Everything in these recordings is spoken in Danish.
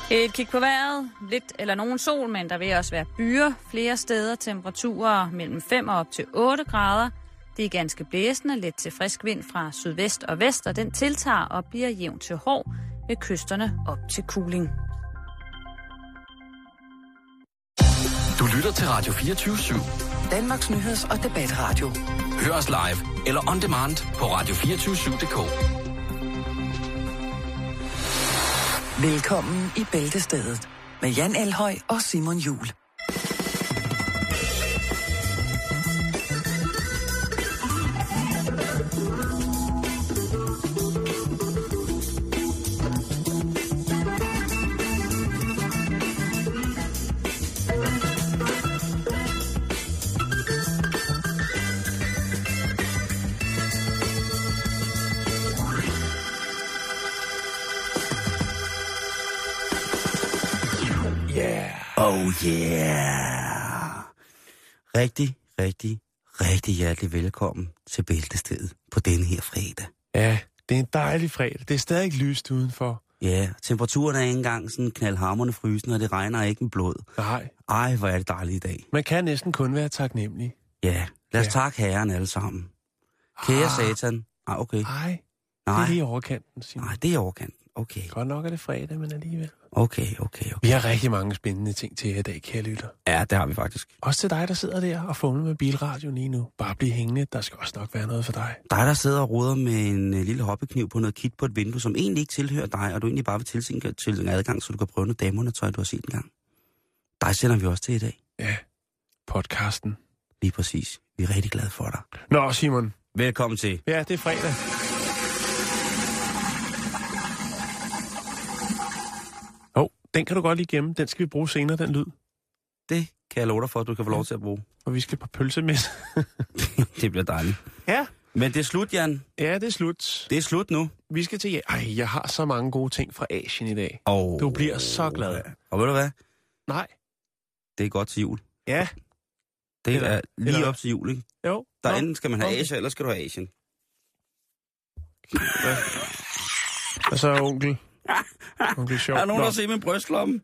Et kig på vejret. Lidt eller nogen sol, men der vil også være byer. Flere steder temperaturer mellem 5 og op til 8 grader. Det er ganske blæsende, lidt til frisk vind fra sydvest og vest, og den tiltager og bliver jævn til hård ved kysterne op til kuling. Du lytter til Radio 24/7. Danmarks nyheds- og debatradio. Hør os live eller on demand på radio247.dk. Velkommen i Bæltestedet med Jan Elhøj og Simon Juhl. Oh yeah! Rigtig hjertelig velkommen til Bæltestedet på denne her fredag. Ja, det er en dejlig fredag. Det er stadig lyst udenfor. Ja, temperaturen er ikke engang sådan knaldhamrende frysende, og det regner ikke med blod. Nej. Ej, hvor er det dejligt i dag. Man kan næsten kun være taknemmelig. Ja, lad os takke herren alle sammen. Kære satan. Okay. Nej, det er lige overkanten, Simon. Nej, det er overkanten. Okay. Godt nok er det fredag, men alligevel. Okay. Vi har rigtig mange spændende ting til i dag, kære lytter. Ja, det har vi faktisk. Også til dig, der sidder der og fumler med bilradioen lige nu. Bare bliv hængende, der skal også nok være noget for dig. Dig, der sidder og roder med en lille hoppekniv på noget kit på et vindue, som egentlig ikke tilhører dig, og du egentlig bare vil tilsynge adgang, så du kan prøve noget dameundertøj, du har set engang. Dig sender vi også til i dag. Ja, podcasten. Lige præcis. Vi er rigtig glade for dig. Nå, Simon. Velkommen til. Ja, det er fredag. Den kan du godt lige gemme. Den skal vi bruge senere, den lyd. Det kan jeg love dig for, at du kan få lov til at bruge. Og vi skal på pølse med. Det bliver dejligt. Ja. Men det er slut, Jan. Ja, det er slut. Det er slut nu. Vi skal til... Ej, jeg har så mange gode ting fra Asien i dag. Du bliver så glad. Og ved du hvad? Nej. Det er godt til jul. Ja. Det er lige op til jul, ikke? Jo. Der enten skal man have Asia, eller skal du have Asien. Hvad så, onkel? Onkel sjov. Er nogen, der ser min brystlomme?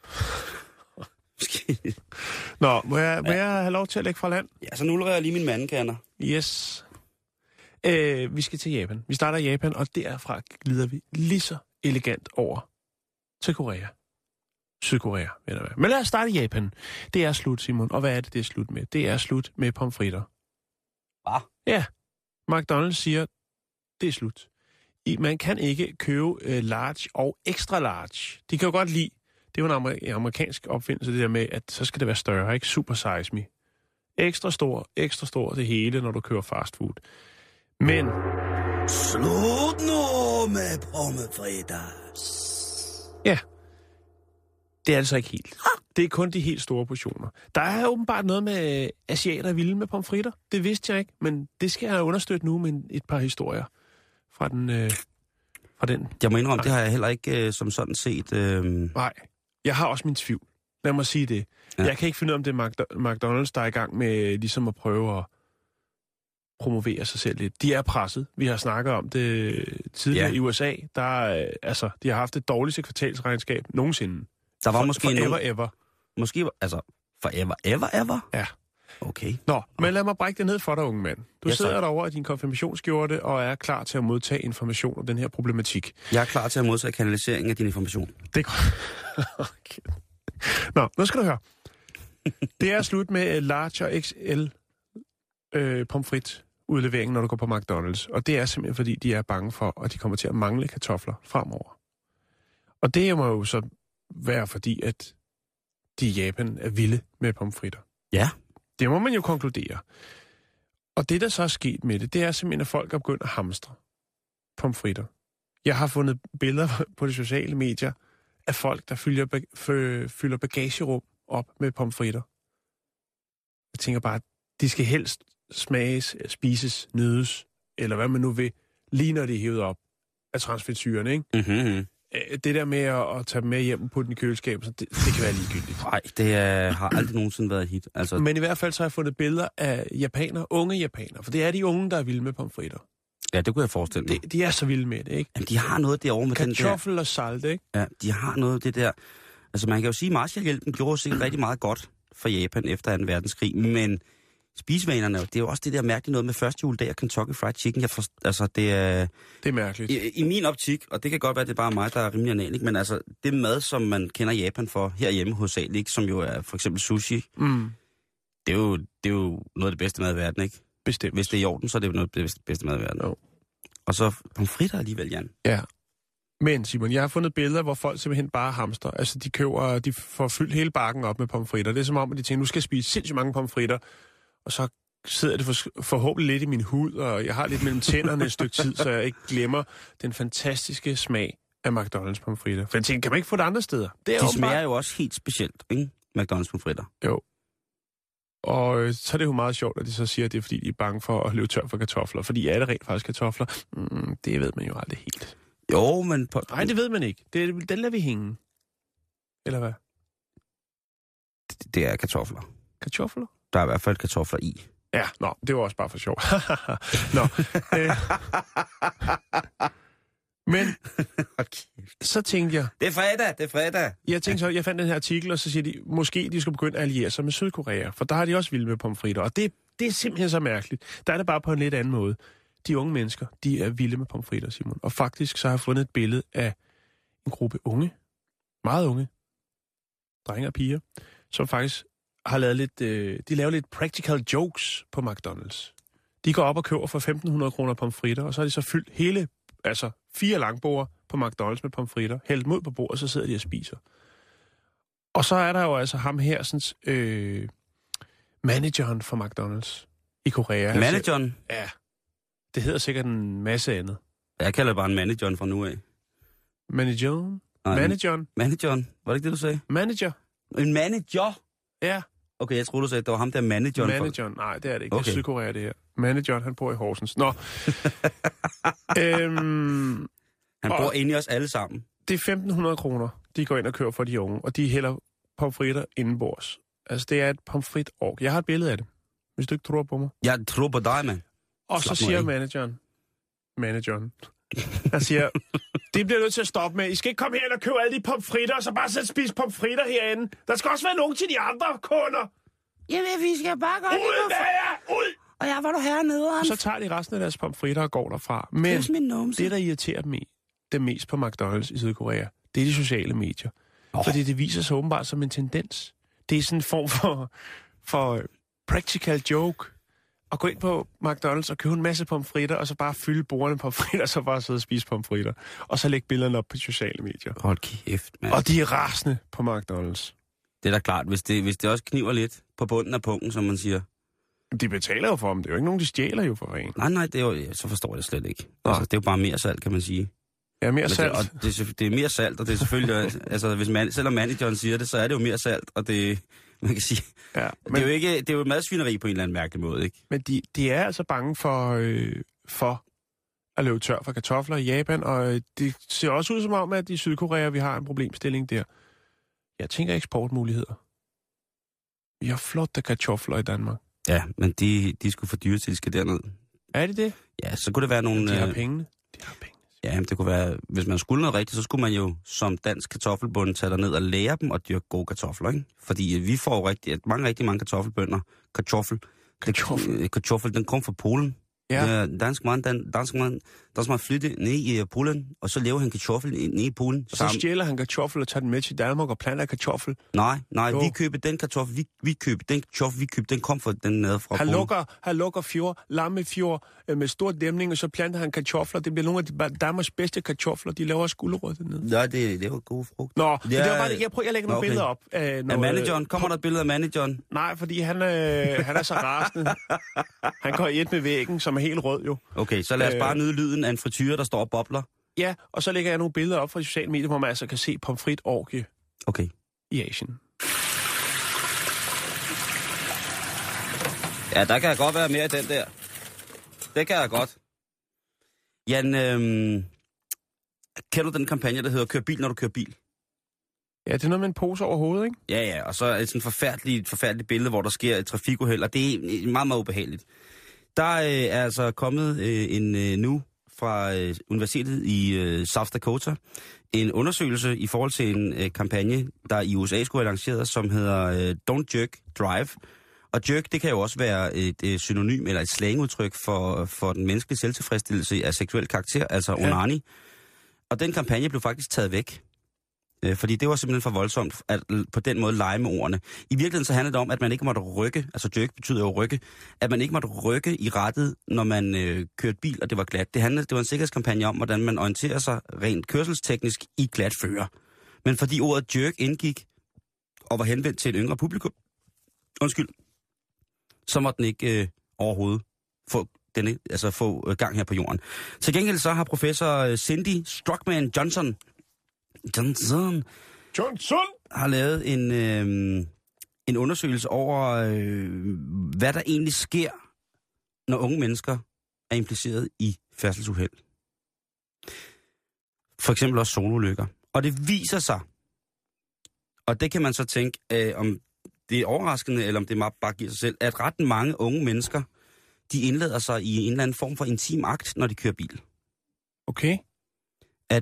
Nå, må jeg have lov til at lægge fra land? Ja, så nullerer jeg lige min mandekander. Yes. Vi skal til Japan. Vi starter i Japan, og derfra glider vi lige så elegant over til Korea. Sydkorea, mener jeg. Men lad os starte i Japan. Det er slut, Simon. Og hvad er det er slut med? Det er slut med pomfritter. Hvad? Ja. McDonald's siger, det er slut. Man kan ikke købe large og extra large. De kan jo godt lide, det er jo en amerikansk opfindelse, det der med, at så skal det være større, ikke? Super size me. Ekstra stor, det hele, når du køber fast food. Men... Slut nu med pomfritter. Ja. Det er altså ikke helt. Det er kun de helt store portioner. Der er åbenbart noget med asiater vilde med pomfritter. Det vidste jeg ikke, men det skal jeg understøtte nu med et par historier fra den. Jeg må indrømme, det har jeg heller ikke som sådan set. Nej, jeg har også min tvivl. Lad mig sige det. Ja. Jeg kan ikke finde ud af, om det er McDonald's, der er i gang med ligesom at prøve at promovere sig selv lidt. De er presset. Vi har snakket om det tidligere i USA. Der, de har haft det dårligste kvartalsregnskab nogensinde. Der var måske ever. Måske, altså, ever? Ja. Okay. Nå, men lad mig brække det ned for dig, unge mand. Du sidder derovre i din konfirmationsskjorte og er klar til at modtage information om den her problematik. Jeg er klar til at modtage kanalisering af din information. Det er godt. Okay. Nå, nu skal du høre. Det er slut med large og XL pomfrit udleveringen, når du går på McDonald's. Og det er simpelthen, fordi de er bange for, at de kommer til at mangle kartofler fremover. Og det må jo så være fordi, at de i Japan er vilde med pomfritter. Ja. Det må man jo konkludere. Og det, der så er sket med det, det er simpelthen, at folk er begyndt at hamstre pomfritter. Jeg har fundet billeder på de sociale medier af folk, der fylder bagagerum op med pomfritter. Jeg tænker bare, at de skal helst smages, spises, nydes, eller hvad man nu vil, lige når de er hævet op af transfedtsyrene, ikke? Mm-hmm. Det der med at tage dem med hjem på den i køleskabet, det kan være ligegyldigt. Nej, det har aldrig nogensinde været et hit. Altså... Men i hvert fald så har jeg fundet billeder af unge japanere, for det er de unge, der er vilde med pomfritter. Ja, det kunne jeg forestille mig. De er så vilde med det, ikke? Jamen, de har noget derovre med den der... Kartoffel og salt, ikke? Ja, de har noget af det der... Altså, man kan jo sige, at Marshallhjælpen gjorde sikkert rigtig meget godt for Japan efter 2. verdenskrig, men spisevanerne, det er jo også det der mærkelige noget med første juledag og Kentucky Fried Chicken. Altså, det er... Det er mærkeligt. I min optik, og det kan godt være, at det er bare mig, der er rimelig anal, men altså, det mad, som man kender Japan for herhjemme hovedsageligt, som jo er for eksempel sushi, det er jo noget af det bedste mad i verden, ikke? Bestemt. Hvis det er i orden, så er det jo noget af det bedste mad i verden. Jo. Og så pomfritter alligevel, Jan. Ja. Men Simon, jeg har fundet billeder, hvor folk simpelthen bare hamster. Altså, de får fyldt hele bakken op med pomfritter. Det er som om, at de tænker, nu skal jeg spise sindssygt mange pomfritter, og så sidder det forhåbentlig lidt i min hud, og jeg har lidt mellem tænderne et stykke tid, så jeg ikke glemmer den fantastiske smag af McDonald's pomfritter. For jeg tænker, kan man ikke få det andre steder? Det de smager jo også helt specielt, ikke? McDonald's pomfritter. Jo. Og så er det jo meget sjovt, at de så siger, at det er fordi, de er bange for at løbe tør for kartofler. Fordi er det rent faktisk kartofler? Det ved man jo aldrig helt. Jo, men... Nej, det ved man ikke. Den lader vi hænge. Eller hvad? Det er kartofler. Kartofler? Der er i hvert fald kartofler i. Ja, det var også bare for sjov. Men så tænkte jeg... Det er fredag. Jeg fandt den her artikel, og så siger de, måske de skulle begynde at alliere sig med Sydkorea, for der har de også vildt med pomfritter, og det er simpelthen så mærkeligt. Der er det bare på en lidt anden måde. De unge mennesker, de er vilde med pomfritter, Simon. Og faktisk så har jeg fundet et billede af en gruppe unge, meget unge, drenge og piger, som faktisk har lavet lidt, de laver lidt practical jokes på McDonald's. De går op og køber for 1.500 kroner pomfritter, og så har de så fyldt hele, 4 langbord på McDonald's med pomfritter, hældt mod på bordet, og så sidder de og spiser. Og så er der jo altså ham her, sådan, manageren for McDonald's i Korea. Manageren? Ja. Det hedder sikkert en masse andet. Jeg kalder det bare en manageren fra nu af. Manageren? Manageren? Var det ikke det, du sagde? Manager. En manager? Ja. Okay, jeg troede, du sagde, at det var ham der manageren. Manageren? Nej, det er det ikke. Okay. Det er Sydkorea, det her. Manageren, han bor i Horsens. Nå. Han bor inde i os alle sammen. Det er 1.500 kroner, de går ind og køber for de unge, og de hælder pomfritter indenbords. Altså, det er et pomfrit-org. Jeg har et billede af det, hvis du ikke tror på mig. Jeg tror på dig, mand. Og så siger manageren, han siger, det bliver nødt til at stoppe med. I skal ikke komme her og købe alle de pomfritter, og så bare sætte spise pomfritter herinde. Der skal også være nogen til de andre kunder. Jamen, vi skal bare gå ud! Og jeg var du hernede, og så tager de resten af deres pomfritter og går derfra. Men det, der irriterer dem mest på McDonald's i Sydkorea, det er de sociale medier. Fordi det viser sig åbenbart som en tendens. Det er sådan en form for practical joke. At gå ind på McDonald's og købe en masse pomfritter, og så bare fylde bordene pomfritter, og så bare sidde og spise pomfritter. Og så lægge billederne op på sociale medier. Hold kæft, mand. Og de er rasende på McDonald's. Det er da klart, hvis det også kniver lidt på bunden af punkten, som man siger. De betaler jo for dem. Det er jo ikke nogen, de stjæler jo for rent. Nej, det er jo, så forstår jeg det slet ikke. Altså, det er jo bare mere salt, kan man sige. Ja, mere salt. Og det er mere salt, og det er selvfølgelig... selvom manageren siger det, så er det jo mere salt, og det... Man kan sige... Ja, men, det er jo madsvineri på en eller anden mærkelig måde, ikke? Men de er altså bange for at løbe tør for kartofler i Japan, og det ser også ud som om, at i Sydkorea, vi har en problemstilling der. Jeg tænker eksportmuligheder. Vi har flotte kartofler i Danmark. Ja, men de skulle for dyre til, de skal derned. Er det det? Ja, så kunne det være nogle... De har pengene. Ja, det kunne være... Hvis man skulle noget rigtigt, så skulle man jo som dansk kartoffelbonde tage derned og lære dem at dyrke gode kartofler, ikke? Fordi vi får rigtig mange kartoffelbønder. Kartoffel, den kom fra Polen. Ja. Dansk mand flyttede ned i Polen, og så lever han kartoffel ned i Polen. Og så stjæler han kartoffel og tager den med til Danmark og planter kartoffel. Nej, vi køber den kartoffel, vi køber den kom fra den nede fra Polen. Han lukker fjord, Lammefjord med stor dæmning, og så planter han kartofler. Det bliver nogle af Danmarks bedste kartofler. De laver også gulerod dernede. Nej, det var gode frugt. Nå, det var bare det. Jeg lægger nogle billeder op. Af manageren? Kommer der et billede af manageren? Nej, fordi han er så rasende. Han går i et med væggen, som er helt rød jo. Okay, så lad os bare nyde lyden af en frityre, der står og bobler. Ja, og så lægger jeg nogle billeder op fra de sociale medier, hvor man altså kan se pomfrit-orgie i Asien. Ja, der kan jeg godt være mere i den der. Det kan jeg godt. Jan, kender du den kampagne, der hedder Kør bil, når du kører bil? Ja, det er noget med en pose over hovedet, ikke? Ja, og så er det sådan et forfærdeligt billede, hvor der sker et trafikuheld, og det er meget, meget ubehageligt. Der er altså kommet nu fra Universitetet i South Dakota en undersøgelse i forhold til en kampagne, der i USA skulle have lanceret, som hedder Don't Jerk, Drive. Og jerk, det kan jo også være et synonym eller et slangudtryk for den menneskelige selvtilfredsstillelse af seksuel karakter, altså onani. Og den kampagne blev faktisk taget væk. Fordi det var simpelthen for voldsomt at på den måde lege med ordene. I virkeligheden så handler det om, at man ikke måtte rykke, altså jerk betyder jo rykke, at man ikke måtte rykke i rettet, når man kørte bil, og det var glat. Det var en sikkerhedskampagne om, hvordan man orienterer sig rent kørselsteknisk i glat føre. Men fordi ordet jerk indgik og var henvendt til et yngre publikum, så måtte den ikke overhovedet få gang her på jorden. Til gengæld så har professor Cindy Struckman Johnson har lavet en undersøgelse over, hvad der egentlig sker, når unge mennesker er impliceret i færdselsuheld. For eksempel også soloulykker. Og det viser sig, og det kan man så tænke, om det er overraskende, eller om det bare giver sig selv, at ret mange unge mennesker, de indlader sig i en eller anden form for intim akt, når de kører bil. Okay. At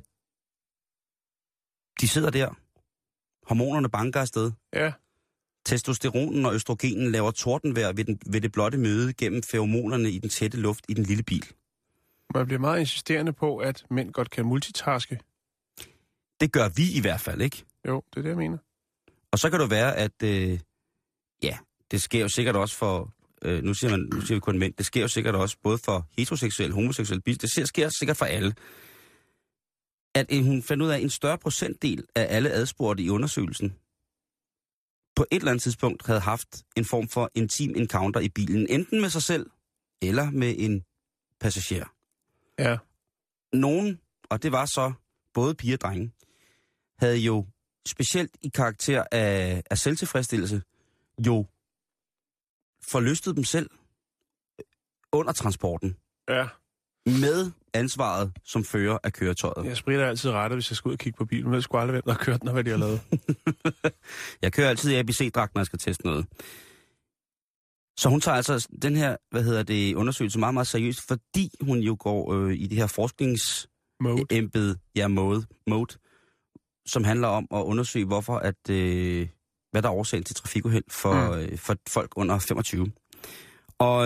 de sidder der, hormonerne banker afsted. Ja. Testosteronen og østrogenen laver tordenvejr ved det blotte møde gennem feromonerne i den tætte luft i den lille bil. Man bliver meget insisterende på, at mænd godt kan multitaske. Det gør vi i hvert fald, ikke? Jo, det er det, jeg mener. Og så kan det være, at det sker jo sikkert også for, nu siger vi kun mænd, det sker jo sikkert også både for heteroseksuel, homoseksuel, det sker sikkert for alle. At hun fandt ud af, at en større procentdel af alle adspurgte i undersøgelsen på et eller andet tidspunkt havde haft en form for intim encounter i bilen, enten med sig selv eller med en passager. Ja. Nogen, og det var så både piger og drenge, havde jo specielt i karakter af selvtilfredsstillelse jo forlystet dem selv under transporten. Ja. Med ansvaret som fører af køretøjet. Jeg spritter altid rettet, hvis jeg skal ud og kigge på bilen. Men jeg skulle aldrig hvem, der har kørt den, og hvad de har lavet. Jeg kører altid i ABC-dragt, når jeg skal teste noget. Så hun tager altså den her, undersøgelse meget, meget seriøst, fordi hun jo går i det her forskningsembede, mode, som handler om at undersøge, hvorfor hvad der er årsagen til trafikuheld for folk under 25. Og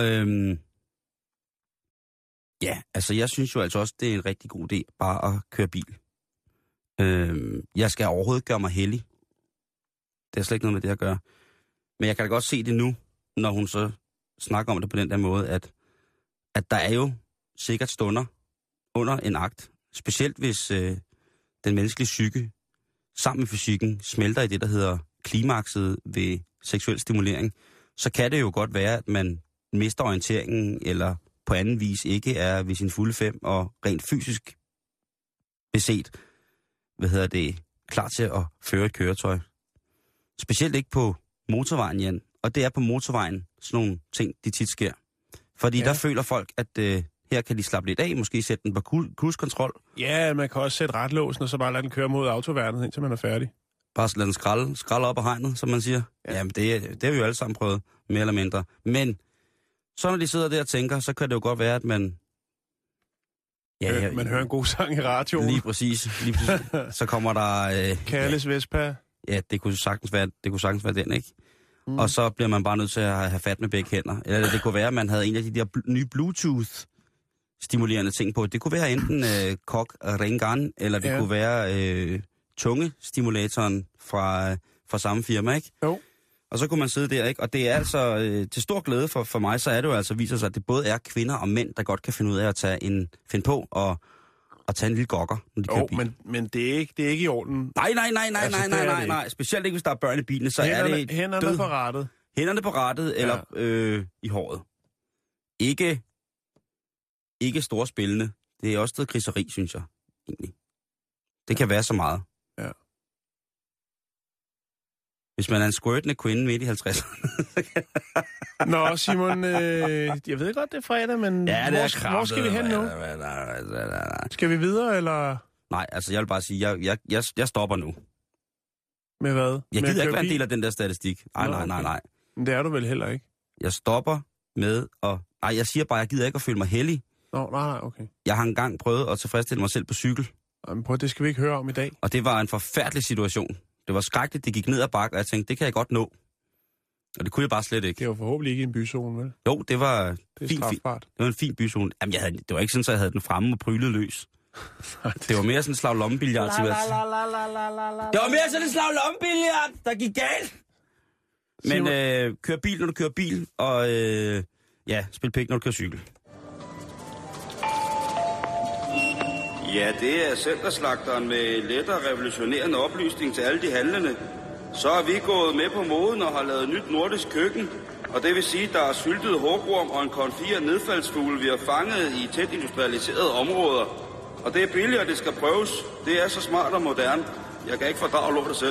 altså jeg synes jo altså også, det er en rigtig god idé bare at køre bil. Jeg skal overhovedet gøre mig heldig. Det er slet ikke noget med det at gøre. Men jeg kan da godt se det nu, når hun så snakker om det på den der måde, at der er jo sikkert stunder under en akt. Specielt hvis den menneskelige psyke sammen med fysikken smelter i det, der hedder klimakset ved seksuel stimulering, så kan det jo godt være, at man mister orienteringen, eller på anden vis ikke er ved sin fulde 5 og rent fysisk beset, klar til at føre et køretøj. Specielt ikke på motorvejen, Jan. Og det er på motorvejen sådan nogle ting, de tit sker. Fordi der føler folk, at her kan de slappe lidt af, måske sætte den på cruise-kontrol. Ja, man kan også sætte retlåsen, og så bare lade den køre mod autoværnet, indtil man er færdig. Bare lade den skralde op af hegnet, som man siger. Ja. Jamen, det har vi jo alle sammen prøvet, mere eller mindre. Men så når de sidder der og tænker, så kan det jo godt være, at man... man hører en god sang i radioen. Lige præcis. Så kommer der... Kalles Vespa. Ja, det kunne sagtens være den, ikke? Mm. Og så bliver man bare nødt til at have fat med begge hænder. Eller det kunne være, at man havde en af de der nye Bluetooth-stimulerende ting på. Det kunne være enten Kok Rengan, eller det kunne være tungestimulatoren fra samme firma, ikke? Jo. Og så kunne man sidde der, ikke? Og det er altså til stor glæde for mig, så er det jo altså viser sig, at det både er kvinder og mænd, der godt kan finde ud af at finde på og tage en lille gokker, når de kører bil. Men det er ikke i orden. Nej. Specielt ikke, hvis der er børn i bilen, så er det hænderne på rattet. Hænderne på rattet, eller i håret. Ikke storspillende. Det er også noget griseri, synes jeg, egentlig. Det kan være så meget. Ja. Hvis man er en squirtende kvinde midt i 50'erne. Nå, Simon, jeg ved godt, det er fredag, men hvor skal vi hen nu? Skal vi videre, eller? Nej, altså jeg vil bare sige, jeg stopper nu. Med hvad? Jeg gider ikke være en del af den der statistik. Nej. Men det er du vel heller ikke? Jeg stopper med at... Nej, jeg siger bare, jeg gider ikke at føle mig heldig. Nej, okay. Jeg har engang prøvet at tilfredsstille mig selv på cykel. Jamen, prøv, det skal vi ikke høre om i dag. Og det var en forfærdelig situation. Det var skrækkeligt, det gik ned ad bakke, og jeg tænkte, det kan jeg godt nå. Og det kunne jeg bare slet ikke. Det var forhåbentlig ikke en byzone, vel? Jo, det var strafbart. Det var en fin byzone. Jamen, det var ikke sådan, at jeg havde den fremme og prylede løs. Det var mere sådan en slag lommebilliard. Det var mere sådan en slag lommebilliard, der gik galt. Men kør bil, når du kører bil, og spil pik, når du kører cykel. Ja, det er Centerslagteren med let og revolutionerende oplysning til alle de handlende. Så er vi gået med på moden og har lavet nyt nordisk køkken. Og det vil sige, at der er syltet hugorm og en konfi af nedfaldsfugle, vi har fanget i tæt industrialiserede områder. Og det er billigt, og det skal prøves. Det er så smart og moderne. Jeg kan ikke fordrage lortet selv.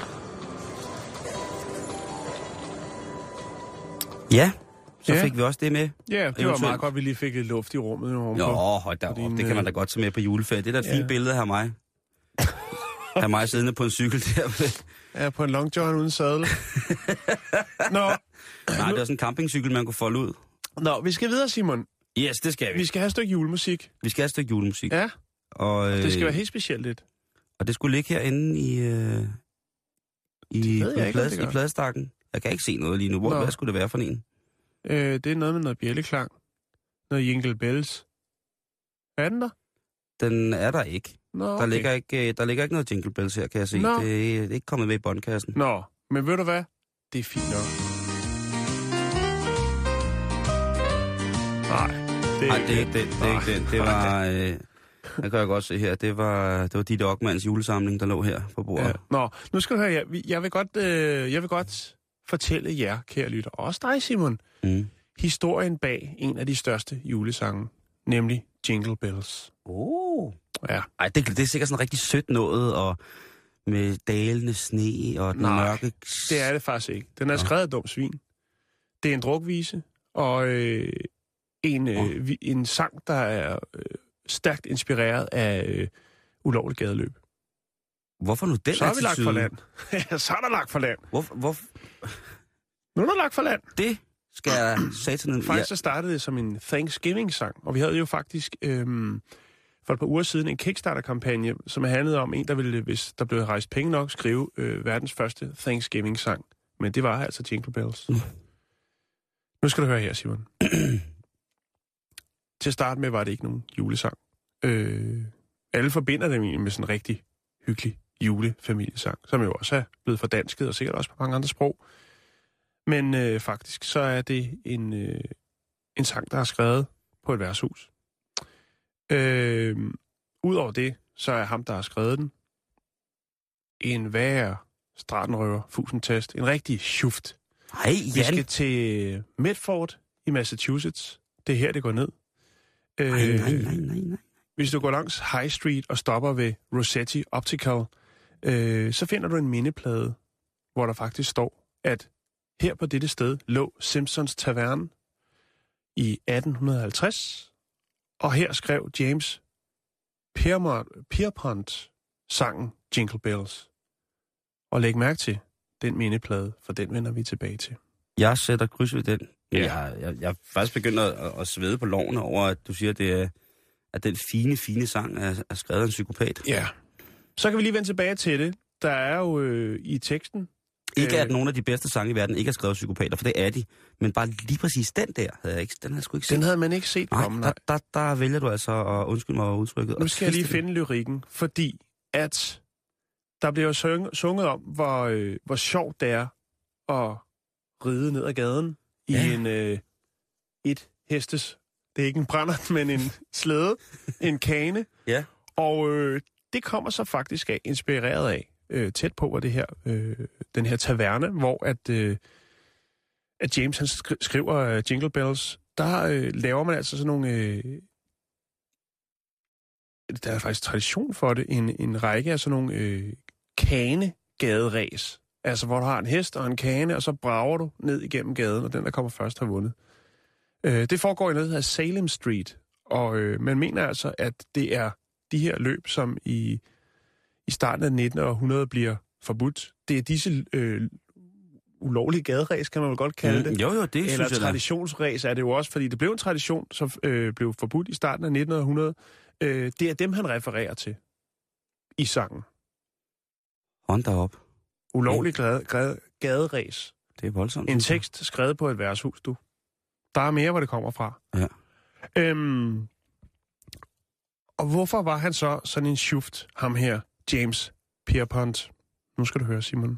Ja, så fik vi også det med. Ja, det var meget godt, at vi lige fik lidt luft i rummet. Hold da op. Det kan man da godt tage med på juleferie. Det er da et fint billede af mig. Af mig siddende på en cykel der. Ja, på en long john uden sadel. Nej, det er sådan en campingcykel, man kunne folde ud. Nå, vi skal videre, Simon. Yes, det skal vi. Vi skal have et stykke julemusik. Ja. Og, det skal være helt specielt lidt. Og det skulle ligge herinde i pladestakken. Jeg kan ikke se noget lige nu. Hvad skulle det være for en? Det er noget med noget bjælleklang. Noget Jingle Bells. Er den der? Den er der ikke. Nå, okay. Der ligger ikke noget Jingle Bells her, kan jeg se. Nå. Det er ikke kommet med i båndkassen. Nå, men ved du hvad? Det er fint nok. Nej, det er ikke den. Det var... jeg kan godt se her. Det var Ditte Okmans julesamling, der lå her på bordet. Ja. Nå, nu skal du høre her. Jeg vil godt fortælle jer, kære lytter, også dig, Simon, historien bag en af de største julesange, nemlig Jingle Bells. Ja. Ej, det er sikkert sådan rigtig sødt noget, og med dalende sne og den mørke... det er det faktisk ikke. Den er skrevet af dum svin. Det er en drukvise, og en sang, der er stærkt inspireret af ulovligt gadeløb. Hvorfor nu den? Så har vi lagt for land. Så er der lagt for land. Nu er der lagt for land. Det skal jeg satanen... Faktisk så startede det som en Thanksgiving-sang, og vi havde jo faktisk for et par uger siden en Kickstarter-kampagne, som handlede om en, der ville, hvis der blev rejst penge nok, skrive verdens første Thanksgiving-sang. Men det var altså Jingle Bells. Nu skal du høre her, Simon. Til at starte med var det ikke nogen julesang. Alle forbinder det med sådan en rigtig hyggelig julefamiliesang, som jo også er blevet fordansket, og sikkert også på mange andre sprog. Men faktisk så er det en sang, der er skrevet på et værtshus. Udover det, så er ham, der har skrevet den, en værre stratenrøver, fusentest, en rigtig schuft. Vi skal til Medford i Massachusetts. Det er her, det går ned. Nej. Hvis du går langs High Street og stopper ved Rossetti Optical, så finder du en mindeplade, hvor der faktisk står, at her på dette sted lå Simpsons Taverne i 1850, og her skrev James Pierpont sangen Jingle Bells. Og læg mærke til den mindeplade, for den vender vi tilbage til. Jeg sætter kryds ved den. Ja. Jeg er faktisk begyndt at svede på lovene over, at du siger, at den fine sang er skrevet af en psykopat. Ja. Så kan vi lige vende tilbage til det. Der er jo i teksten... Ikke at nogle af de bedste sange i verden ikke er skrevet af psykopater, for det er de. Men bare lige præcis den der, havde jeg sgu ikke set. Den havde man ikke set komme. Nej, der vælger du altså at undskylde mig udtrykket. Nu skal jeg lige finde lyrikken, fordi at der bliver jo sunget om, hvor sjovt det er at ride ned ad gaden i en et hestes. Det er ikke en brændert, men en slæde, en kane. Ja. Og det kommer så faktisk inspireret af, tæt på, det her, den her taverne, hvor at James han skriver Jingle Bells, der laver man altså sådan nogle... der er faktisk tradition for det, en række af sådan nogle kanegaderæs. Altså, hvor du har en hest og en kane, og så brager du ned igennem gaden, og den, der kommer først, har vundet. Det foregår i noget, der hedder Salem Street, og man mener altså, at det er de her løb, som i starten af 19. århundrede bliver forbudt. Det er disse ulovlig gaderæs, kan man vel godt kalde det. Jo, det eller synes jeg traditionsræs er det jo også, fordi det blev en tradition, som blev forbudt i starten af 1900. Det er dem, han refererer til i sangen. Hold da op. Ulovlig gaderæs. Det er voldsomt. En tekst skrevet på et værtshus, du. Der er mere, hvor det kommer fra. Ja. Og hvorfor var han så sådan en schuft, ham her, James Pierpont? Nu skal du høre, Simon.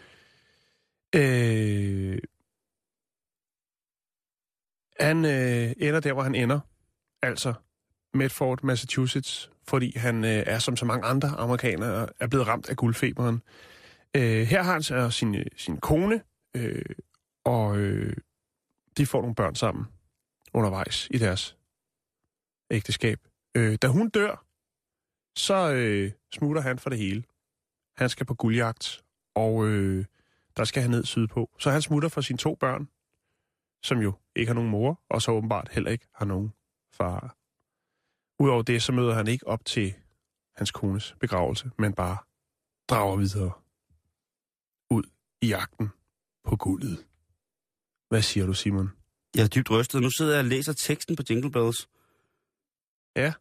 Han ender der, hvor han ender. Altså Medford, Massachusetts, fordi han er som så mange andre amerikanere er blevet ramt af guldfeberen. Her har han så sin kone, og de får nogle børn sammen undervejs i deres ægteskab. Da hun dør, så smutter han for det hele. Han skal på guldjagt, og der skal han ned sydpå. Så han smutter for sine 2 børn, som jo ikke har nogen mor, og så åbenbart heller ikke har nogen far. Udover det, så møder han ikke op til hans kones begravelse, men bare drager videre ud i jagten på guldet. Hvad siger du, Simon? Jeg er dybt rystet. Nu sidder jeg og læser teksten på Jingle Bells. Ja.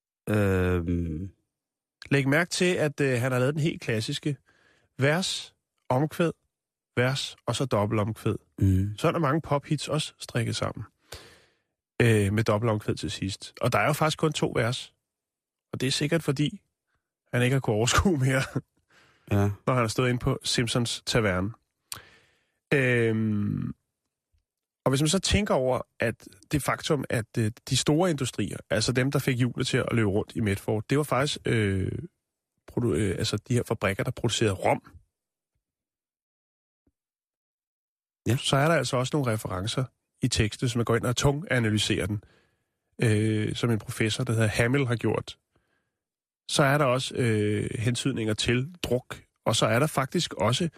Læg mærke til, at han har lavet den helt klassiske vers, omkvæd, vers og så dobbeltomkvæd. Så er der mange pophits også strikket sammen. Med dobbeltomkvæd til sidst. Og der er jo faktisk kun 2 vers. Og det er sikkert fordi, han ikke har kunnet overskue mere, når han har stået inde på Simpsons Taverne. Og hvis man så tænker over, at det faktum, at de store industrier, altså dem, der fik hjulet til at løbe rundt i Medford, det var faktisk altså de her fabrikker, der producerede rom. Ja. Så er der altså også nogle referencer i tekstet, som man går ind og tunganalyserer den, som en professor, der hedder Hamill, har gjort. Så er der også hentydninger til druk, og så er der faktisk også,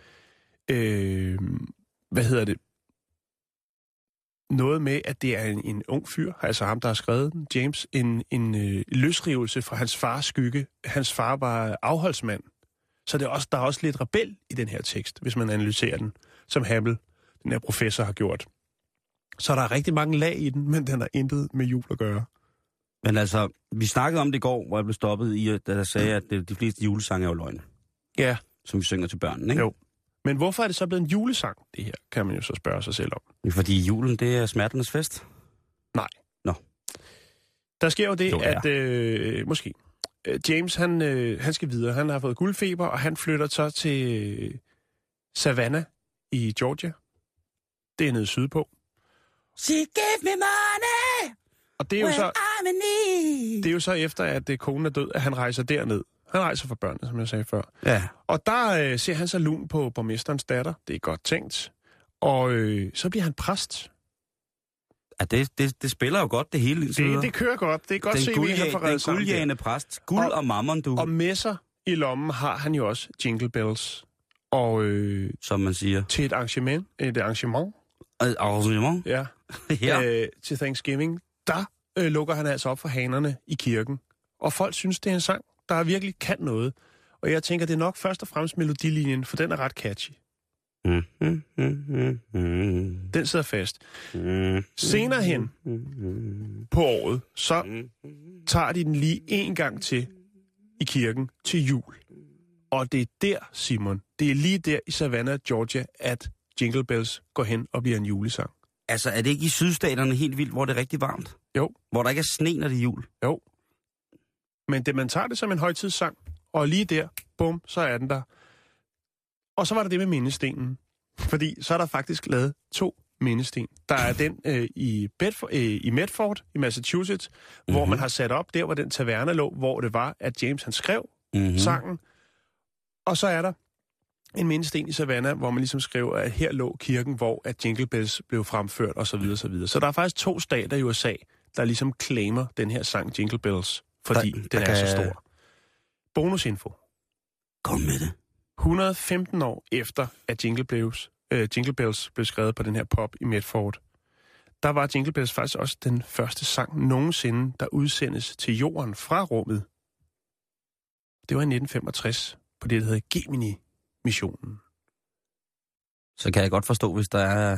noget med, at det er en ung fyr, altså ham, der har skrevet den, James, en løsrivelse fra hans fars skygge. Hans far var afholdsmand. Så der er også lidt rebel i den her tekst, hvis man analyserer den, som Hamill, den her professor, har gjort. Så der er rigtig mange lag i den, men den har intet med jul at gøre. Men altså, vi snakkede om det i går, hvor jeg blev stoppet i, da jeg sagde, at de fleste julesange er jo løgn. Ja. Som vi synger til børnene, ikke? Jo. Men hvorfor er det så blevet en julesang, det her, kan man jo så spørge sig selv om. Fordi julen, det er smerternes fest? Nej. Nå. Der sker jo det, at måske James, han skal videre. Han har fået guldfeber, og han flytter så til Savannah i Georgia. Det er nede sydpå. She gave me money, og det er jo så, I'm in need. Det er jo så efter, at konen er død, at han rejser derned. Han rejser for børnene, som jeg sagde før. Ja. Og der ser han så lun på borgmesterens datter. Det er godt tænkt. Og så bliver han præst. Ja, det spiller jo godt, det hele. Det kører godt. Det er godt se, vi har forredet sammen. Den guldjagende præst. Guld og mammon, du. Og med sig i lommen har han jo også Jingle Bells. Og som man siger. Til et arrangement. Ja. Ja. Til Thanksgiving. Der lukker han altså op for hanerne i kirken. Og folk synes, det er en sang, der virkelig kan noget. Og jeg tænker, det er nok først og fremmest melodilinjen, for den er ret catchy. Den sidder fast. Senere hen på året, så tager de den lige en gang til i kirken til jul. Og det er der, Simon, det er lige der i Savannah, Georgia, at Jingle Bells går hen og bliver en julesang. Altså, er det ikke i sydstaterne helt vildt, hvor det er rigtig varmt? Jo. Hvor der ikke er sne, når det er jul? Jo. Men man tager det som en højtidssang, og lige der, bum, så er den der. Og så var der det med mindestenen. Fordi så er der faktisk lavet 2 mindesten. Der er den i Medford, i Massachusetts, hvor man har sat op der, hvor den taverne lå, hvor det var, at James han skrev sangen. Og så er der en mindesten i Savannah, hvor man ligesom skriver, at her lå kirken, hvor at Jingle Bells blev fremført, og så videre, så videre. Så der er faktisk 2 stater i USA, der ligesom claimer den her sang Jingle Bells, fordi den er så stor. Bonusinfo. Kom med det. 115 år efter, at Jingle Bells blev skrevet på den her pop i Medford, der var Jingle Bells faktisk også den første sang nogensinde, der udsendes til jorden fra rummet. Det var i 1965 på det, der hedder Gemini-missionen. Så kan jeg godt forstå, hvis der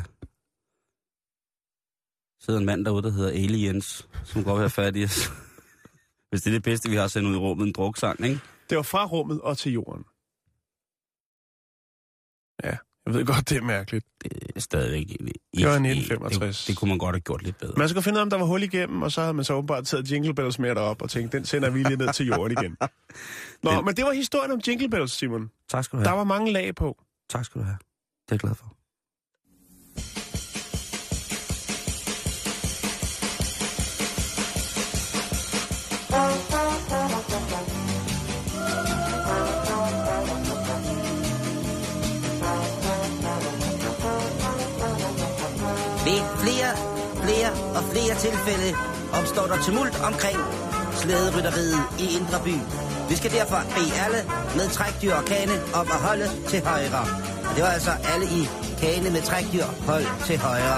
sidder en mand derude, der hedder Aliens, som godt vil have fat i os. Hvis det er det bedste, vi har sendt ud i rummet, en druksang, ikke? Det var fra rummet og til jorden. Ja, jeg ved godt, det er mærkeligt. Det er stadigvæk... Det var 1965. Det kunne man godt have gjort lidt bedre. Man skulle finde ud af, om der var hul igennem, og så havde man så åbenbart taget Jingle Bells med derop og tænkt, den sender vi lige ned til jorden igen. Nå, men det var historien om Jingle Bells, Simon. Tak skal du have. Der var mange lag på. Tak skal du have. Det er jeg glad for. Ved flere og flere tilfælde opstår der tumult omkring slæderytteriet i Indre By. Vi skal derfor bede alle med trækdyr og kane om at holde til højre. Og det var altså alle i kane med trækdyr, hold til højre.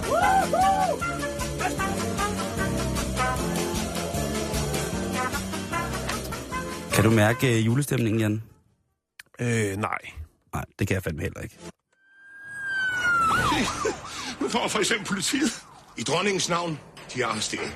Kan du mærke julestemningen, Jan? Nej. Nej, det kan jeg fandme heller ikke. Nu får for eksempel politiet. I dronningens navn, de er arresteret.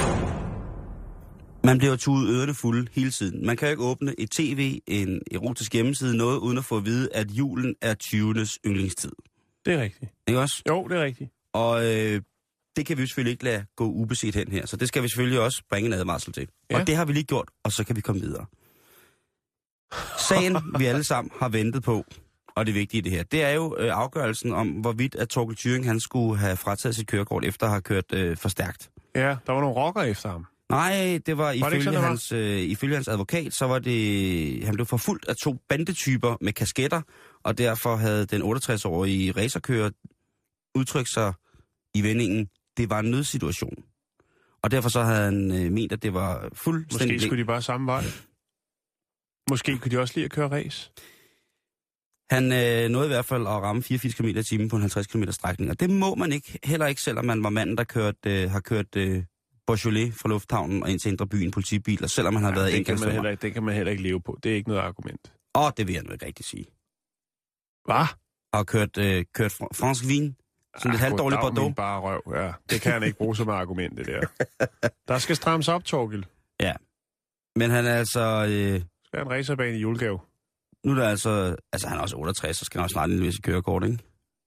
Man bliver tudet ørerne fulde hele tiden. Man kan jo ikke åbne et tv, en erotisk hjemmeside, noget uden at få at vide, at julen er 20'ernes yndlingstid. Det er rigtigt. Ikke også? Jo, det er rigtigt. Og det kan vi jo selvfølgelig ikke lade gå ubeset hen her, så det skal vi selvfølgelig også bringe en advarsel til. Ja. Og det har vi lige gjort, og så kan vi komme videre. Sagen, vi alle sammen har ventet på, og det vigtige i det her, det er jo afgørelsen om, hvorvidt at Torkel Thyrring, han skulle have frataget sit kørekort, efter at have kørt for stærkt. Ja, der var nogle rocker efter ham. Nej, det var ifølge hans advokat, så var det, han blev forfulgt af 2 bandetyper med kasketter, og derfor havde den 68-årige racerkører udtrykt sig i vendingen, det var en nødsituation. Og derfor så havde han ment, at det var fuldstændig... Måske skulle de bare samme vej. Måske kunne de også lide at køre race. Han nåede i hvert fald at ramme 84 km/t på en 50 km strækning, og det må man ikke, heller ikke, selvom man var manden, der har kørt Beaujolais fra lufthavnen og ind til Indre By, en politibil, og selvom han har været enkeltsvømmer. Det kan man heller ikke leve på. Det er ikke noget argument. Det vil jeg nu ikke rigtig sige. Hvad? Og kørt fransk vin, sådan lidt halvdårligt Bordeaux. Bare røv, ja. Det kan han ikke bruge som argument, det der. Der skal strammes op, Torkel. Ja. Men han er altså... Skal en racerbane i julegave? Nu er der altså han er også 68, så skal han også snart indlevere sit kørekort, ikke?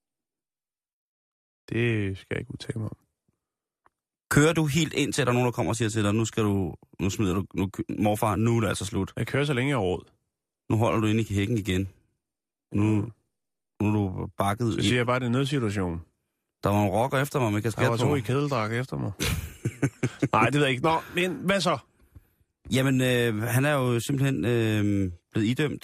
Det skal jeg ikke udtale mig om. Kører du helt ind til, at der er nogen, der kommer og siger til dig, nu smider du, morfar, nu er det altså slut. Jeg kører så længe jeg har råd. Nu holder du inde i hækken igen. Nu er du bakket. Så siger jeg bare, det er en nødsituation. Der var en rocker efter mig med kasket på. Der var 2 i kædeldrag efter mig. Nej, det ved jeg ikke. Nå, men hvad så? Jamen, han er jo simpelthen blevet idømt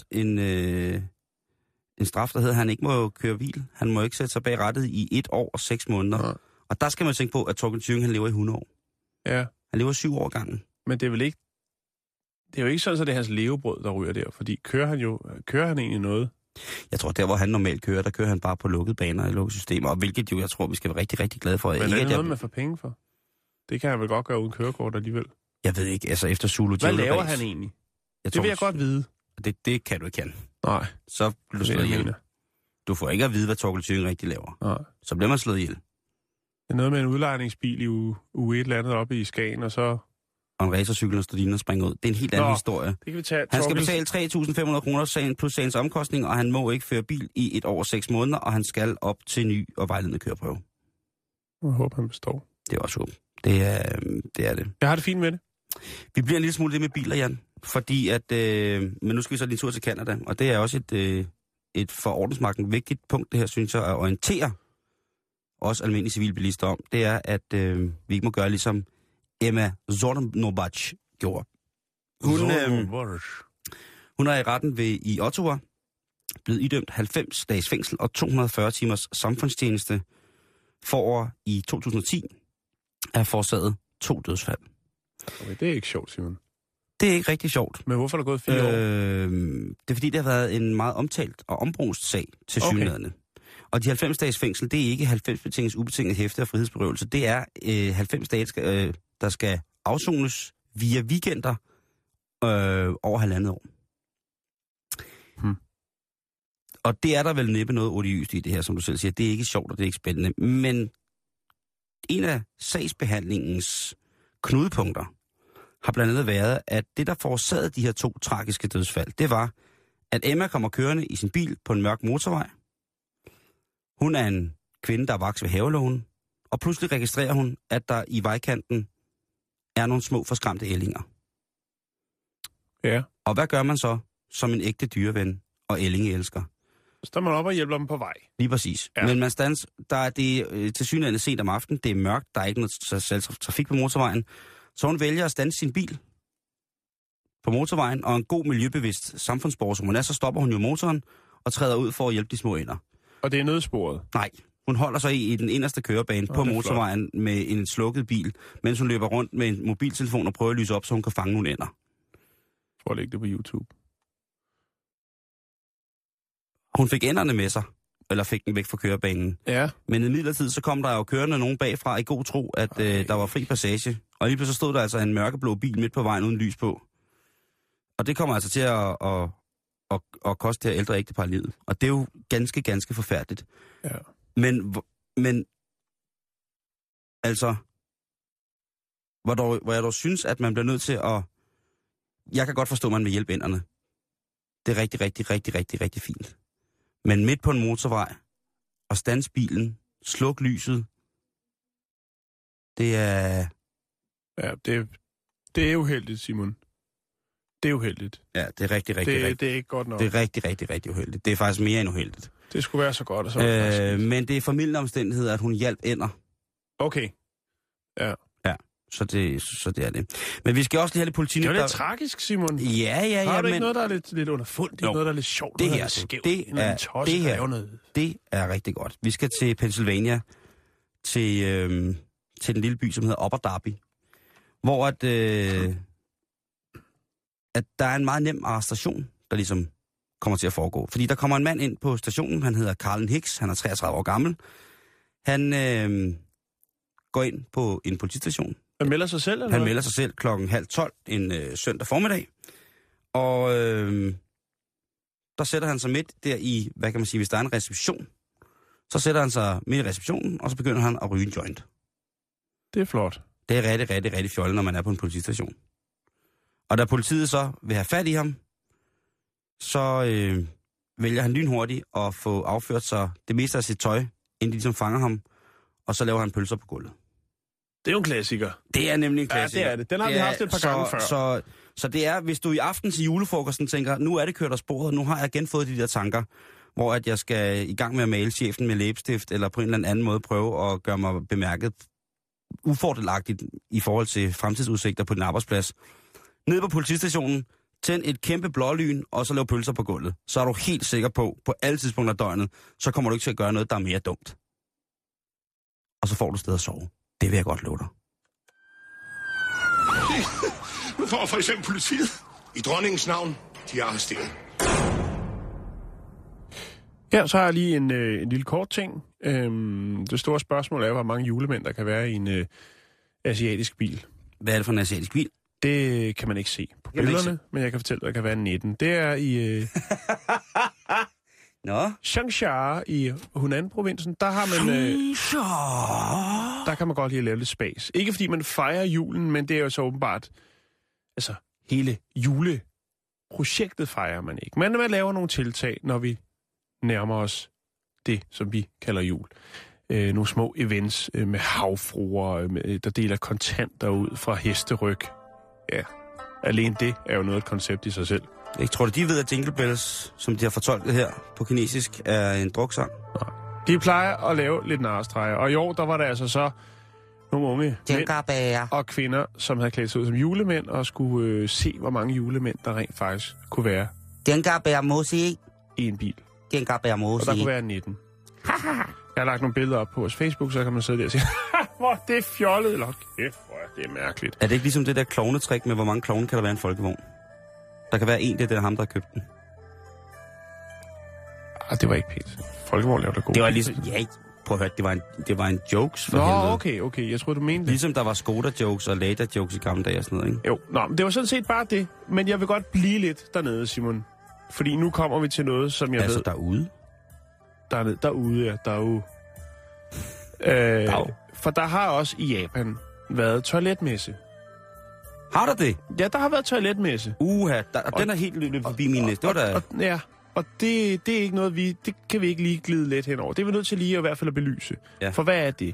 en straf, der hedder, at han ikke må køre bil. Han må ikke sætte sig bag rattet i 1 år og 6 måneder. Ja. Og der skal man tænke på, at Torkel Thyrring, han lever i 100 år. Ja. Han lever 7 år gangen. Men det er vel ikke... Det er jo ikke sådan, at det er hans levebrød, der ryger der. Fordi kører han egentlig noget? Jeg tror, der hvor han normalt kører, der kører han bare på lukkede baner i lukkede systemer. Og hvilket jo, jeg tror, vi skal være rigtig, rigtig glade for. Men er det noget, man får penge for? Det kan han vel godt gøre uden kørekort alligevel. Jeg ved ikke, altså efter Zulu... Hvad laver han egentlig? Det vil jeg godt vide. Det kan du ikke kende. Nej. Så bliver du slået ihjel. Du får ikke at vide, hvad Torkel Thyrring rigtig laver. Nej. Så bliver man slået ihjel. Det er noget med en udlejningsbil i uge et eller andet oppe i Skagen, og så... Og en racercykel, der står dine og springer ud. Det er en helt anden historie. Det kan vi tage. Han skal betale 3.500 kroner plus sagens omkostning, og han må ikke føre bil i 1 år og 6 måneder, og han skal op til ny og vejledende køreprøve. Jeg håber, han består. Det er også håb. Det er det. Jeg har det fint med det. Vi bliver en lille smule det med biler, Jan. Fordi at... men nu skal vi så din tur til Canada, og det er også et for ordensmagten vigtigt punkt, det her, synes jeg, at orientere også almindelige civilbilister om. Det er, at vi ikke må gøre ligesom Emma Zornobach gjorde. Hun er i retten i Ottawa blevet idømt 90 dages fængsel og 240 timers samfundstjeneste for i 2010 at have forårsaget 2 dødsfald. Okay, det er ikke sjovt, Simon. Det er ikke rigtig sjovt. Men hvorfor er der gået 4 år? Det er fordi, det har været en meget omtalt og ombrust sag til synligheden. Og de 90 dages fængsel, det er ikke 90 betinget ubetinget hæfte og frihedsberøvelse. Det er 90 dage, der skal afsones via weekender over 1,5 år. Og det er der vel næppe noget odiøst i det her, som du selv siger. Det er ikke sjovt, og det er ikke spændende. Men en af sagsbehandlingens knudepunkter har blandt andet været, at det, der forårsagede de her 2 tragiske dødsfald, det var, at Emma kommer kørende i sin bil på en mørk motorvej. Hun er en kvinde, der er vaks ved havelågen, og pludselig registrerer hun, at der i vejkanten er nogle små forskræmte ællinger. Ja. Og hvad gør man så som en ægte dyreven og ællingeelsker? Så står man op og hjælper dem på vej. Lige præcis. Ja. Men der er det tilsyneladende sent om aftenen, det er mørkt, der er ikke noget trafik på motorvejen, så hun vælger at standse sin bil på motorvejen, og en god miljøbevidst samfundsborger, som hun er, så stopper hun jo motoren og træder ud for at hjælpe de små ender. Og det er nødsporet? Nej. Hun holder sig i den inderste kørebane på motorvejen med en slukket bil, mens hun løber rundt med en mobiltelefon og prøver at lyse op, så hun kan fange nogle ender. For at lægge det på YouTube. Hun fik enderne med sig, eller fik den væk fra kørebanen. Ja. Men i midlertid, så kom der jo kørende nogen bagfra i god tro, at der var fri passage. Og lige pludselig stod der altså en mørkeblå bil midt på vejen uden lys på. Og det kommer altså til at koste det her ældre ægtepar livet. Og det er jo ganske, ganske forfærdeligt. Ja. Men altså, hvor jeg dog synes, at man bliver nødt til at... Jeg kan godt forstå, at man vil hjælpe enderne. Det er rigtig, rigtig, rigtig, rigtig, rigtig fint. Men midt på en motorvej, og stands bilen, sluk lyset, det er... Ja, det er uheldigt, Simon. Det er uheldigt. Ja, det er rigtig, rigtig... Det er ikke godt nok. Det er rigtig, rigtig, rigtig uheldigt. Det er faktisk mere end uheldigt. Det skulle være så godt. Og så men det er formildende omstændigheder, at hun hjalp ender. Okay. Ja. Ja, så det er det. Men vi skal også lige have lidt politik. Det er jo lidt tragisk, Simon. Ja. Har du ikke men... noget, der er lidt underfundigt? Det er noget, der er lidt sjovt? Det her, noget, der er skævt? Det er rigtig godt. Vi skal til Pennsylvania, til den lille by, som hedder Upper Darby, hvor at der er en meget nem arrestation, der ligesom kommer til at foregå. Fordi der kommer en mand ind på stationen, han hedder Carlin Hicks, han er 33 år gammel. Han går ind på en politistation. Han melder sig selv, eller Han melder sig selv 11:30 en søndag formiddag. Og der sætter han sig midt der i, hvad kan man sige, hvis der er en reception, så sætter han sig midt i receptionen, og så begynder han at ryge en joint. Det er flot. Det er rigtig, rigtig, rigtig fjollet, når man er på en politistation. Og da politiet så vil have fat i ham, så vælger han lynhurtigt at få afført sig det meste af sit tøj, inden de ligesom fanger ham, og så laver han pølser på gulvet. Det er jo en klassiker. Det er nemlig en klassiker. Ja, det er det. Den har vi haft et par gange før. Så det er, hvis du i aften til julefrokosten tænker, nu er det kørt af sporet, nu har jeg igen fået de der tanker, hvor at jeg skal i gang med at male chefen med læbestift, eller på en eller anden måde prøve at gøre mig bemærket ufordelagtigt i forhold til fremtidsudsigter på din arbejdsplads. Ned på politistationen, tænd et kæmpe blålyn, og så lav pølser på gulvet. Så er du helt sikker på alle tidspunkter af døgnet, så kommer du ikke til at gøre noget, der er mere dumt. Og så får du sted at sove. Det vil jeg godt love dig. Nu får for eksempel politiet i dronningens navn, de er arresteret. Ja, så har jeg lige en lille kort ting. Det store spørgsmål er, hvor mange julemænd der kan være i en asiatisk bil. Hvad er det for en asiatisk bil? Det kan man ikke se på billederne, men jeg kan fortælle, at der kan være 19. Det er i Changsha i Hunan-provinsen. Der har man der kan man godt lide at lave lidt spas. Ikke fordi man fejrer julen, men det er jo så åbenbart, altså hele juleprojektet fejrer man ikke. Men man laver nogle tiltag, når vi nærmer os det, som vi kalder jul. Nogle små events med havfruer, der deler kontanter ud fra hesteryg. Ja, alene det er jo noget et koncept i sig selv. Jeg tror, de ved, at Jingle Bells, som de har fortolket her på kinesisk, er en druksang. Nej. De plejer at lave lidt narrestreger, og i år, der var der altså så nogle unge mænd og kvinder, som havde klædt sig ud som julemænd, og skulle se, hvor mange julemænd, der rent faktisk kunne være i en bil. Og der kunne være 19. Jeg har lagt nogle billeder op på vores Facebook, så kan man sidde der og sige, hvor det er fjollet, eller kæft, hvor er det mærkeligt. Er det ikke ligesom det der klovnetrik med, hvor mange klovne kan der være i en folkevogn? Der kan være en, det er ham, der har købt den. Det var ikke pænt. Folkevogn lavede der god. Det var ligesom, prøv at høre, det var en jokes for helvede. Okay, jeg troede, du mente det. Ligesom der var Skoda-jokes og Lada-jokes i gamle dage og sådan noget, ikke? Jo, men det var sådan set bare det. Men jeg vil godt blive lidt dernede, Simon. Fordi nu kommer vi til noget, som jeg ved... Altså derude? Derude, ja. For der har også i Japan været toiletmesse. Har der det? Ja, der har været toiletmesse. Den er helt løbet forbi min næste. Og det er ikke noget, det kan vi ikke lige glide let henover. Det er vi nødt til lige at i hvert fald at belyse. Ja. For hvad er det?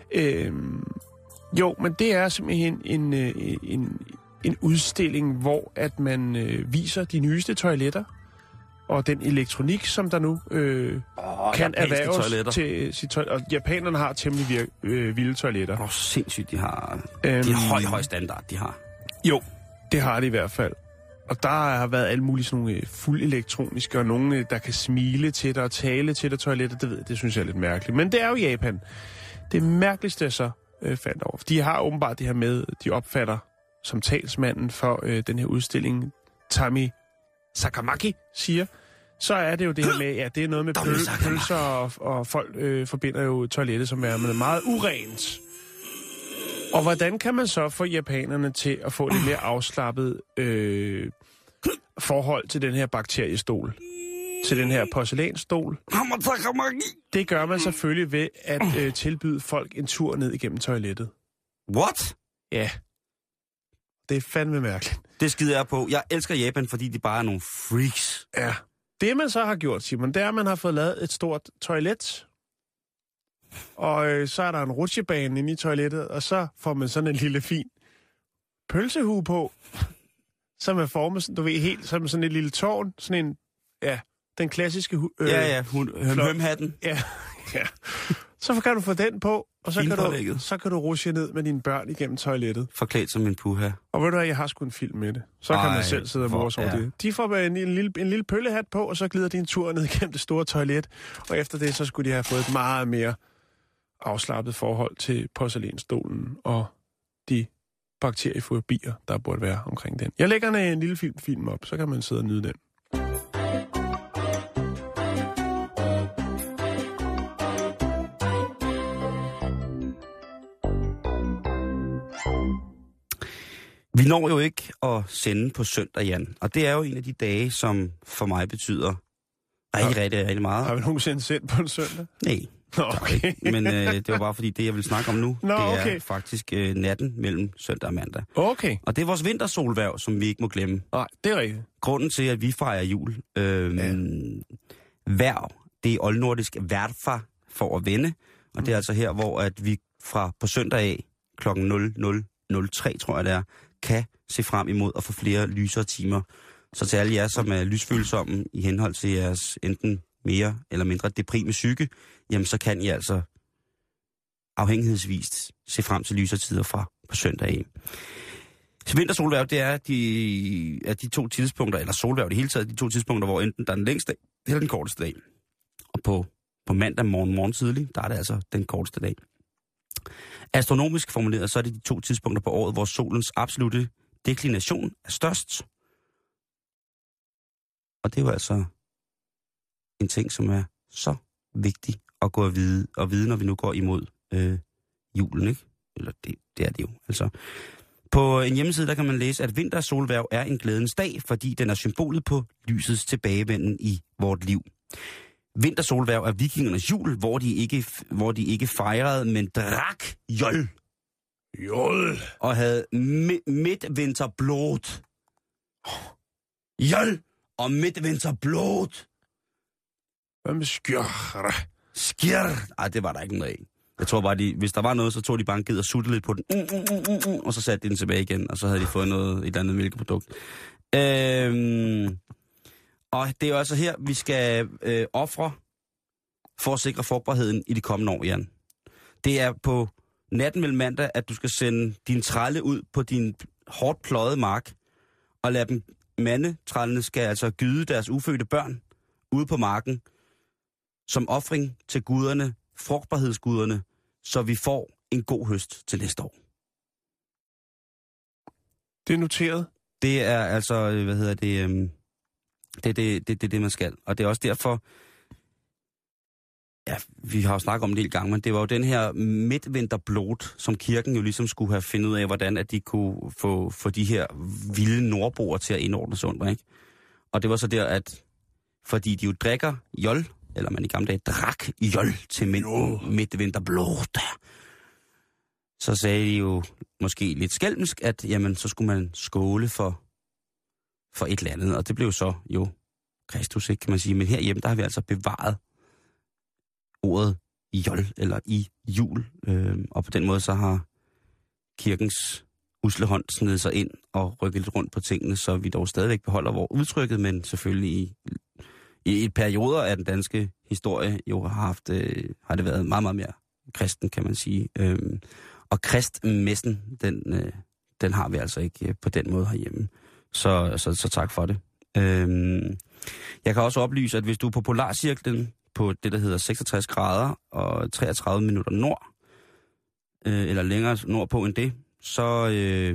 Jo, men det er simpelthen en udstilling, hvor at man viser de nyeste toiletter, og den elektronik, som der nu kan erhverves til sit toilet. Og japanerne har temmelig vilde toiletter. Sindssygt, de har høj standard, de har. Jo, det har de i hvert fald. Og der har været alle mulige sådan nogle fuld elektroniske, og nogle, der kan smile til dig og tale til dig toiletter. Det synes jeg er lidt mærkeligt. Men det er jo Japan. Det mærkeligste, jeg så fandt over. De har åbenbart det her med, de opfatter som talsmanden for den her udstilling, Tami Sakamaki siger, så er det jo det her med, ja, det er noget med pølser, og folk forbinder jo toilettet, som er meget urent. Og hvordan kan man så få japanerne til at få lidt mere afslappet forhold til den her bakteriestol? Til den her porcelænsstol? Det gør man selvfølgelig ved at tilbyde folk en tur ned igennem toilettet. What? Ja. Det er fandme mærkeligt. Det skider jeg på. Jeg elsker Japan, fordi de bare er nogle freaks. Ja. Det man så har gjort, Simon, det er, at man har fået lavet et stort toilet. Og så er der en rutsjebane inde i toilettet, og så får man sådan en lille fin pølsehue på, som er formet, du ved, helt som sådan et lille tårn. Sådan en, ja, den klassiske hømhatten. Ja. Så kan du få den på, og så kan du rushe ned med dine børn igennem toilettet. Forklædt som en puha. Og ved du hvad, jeg har sgu en film med det. Så kan man selv sidde og morse over det. De får en lille pøllehat på, og så glider de en tur ned igennem det store toilet. Og efter det, så skulle de have fået et meget mere afslappet forhold til porcelænsstolen og de bakteriefobier, der burde være omkring den. Jeg lægger en lille film op, så kan man sidde og nyde den. Vi når jo ikke at sende på søndag, Jan. Og det er jo en af de dage, som for mig betyder rigtig meget. Har vi nogensinde sendt på en søndag? Nej. Okay. Men det var bare fordi, det jeg vil snakke om nu, det er faktisk natten mellem søndag og mandag. Okay. Og det er vores vintersolværv, som vi ikke må glemme. Nej, det er rigtigt. Grunden til, at vi fejrer jul. Værv, det er oldnordisk værfa for at vende. Og det er altså her, hvor at vi fra på søndag af kl. 00:03, tror jeg det er, kan se frem imod at få flere lysere timer. Så til alle jer, som er lysfølsomme i henhold til jeres enten mere eller mindre deprime psyke, jamen så kan I altså afhængighedsvist se frem til lysere tider fra på søndag af. Så vintersolværv, det er de to tidspunkter, eller solværv det hele taget, de to tidspunkter, hvor enten der er den længste dag, eller den korteste dag. Og på mandag morgen tidlig, der er det altså den korteste dag. Astronomisk formuleret, så er det de to tidspunkter på året, hvor solens absolutte deklination er størst. Og det er jo altså en ting, som er så vigtig at gå og vide, når vi nu går imod julen, ikke? Eller det er det jo, altså. På en hjemmeside, der kan man læse, at vintersolværv er en glædens dag, fordi den er symbolet på lysets tilbagevenden i vort liv. Vintersolværv er vikingernes jul, hvor de ikke fejrede, men drak jol. Jol. Og havde midtvinterblod. Jol og midtvinterblod. Hvad med skjør? Skjør? Ej, det var der ikke noget af. Jeg tror bare, hvis der var noget, så tog de bare en ged og suttede lidt på den. Og så satte de den tilbage igen, og så havde de fået et eller andet mælkeprodukt. Og det er jo altså her, vi skal ofre for at sikre frugtbarheden i de kommende år, Jan. Det er på natten mellem mandag, at du skal sende din trælle ud på din hårdt pløjede mark, og lade dem, mandetrællene skal altså gyde deres ufødte børn ude på marken, som ofring til guderne, frugtbarhedsguderne, så vi får en god høst til næste år. Det er noteret. Det er altså, det er det, man skal. Og det er også derfor, ja, vi har jo snakket om det en del gange, men det var jo den her midtvinterblod, som kirken jo ligesom skulle have fundet ud af, hvordan at de kunne få de her vilde nordboer til at indordne sig under, ikke? Og det var så der, at fordi de jo drikker jol, eller man i gamle dage drak jol til midtvinterblod, så sagde de jo måske lidt skælmsk, at jamen, så skulle man skåle for et eller andet, og det blev så jo Kristus, ikke, kan man sige. Men herhjemme, der har vi altså bevaret ordet jol, eller i jul, og på den måde så har kirkens usle hånd snedet sig ind og rykket lidt rundt på tingene, så vi dog stadigvæk beholder vores udtrykket, men selvfølgelig i et perioder af den danske historie jo har det været meget, meget mere kristen, kan man sige. Og kristmessen, den har vi altså ikke på den måde herhjemme. Så tak for det. Jeg kan også oplyse, at hvis du er på polarcirklen på det, der hedder 66 grader og 33 minutter nord, eller længere nordpå end det, så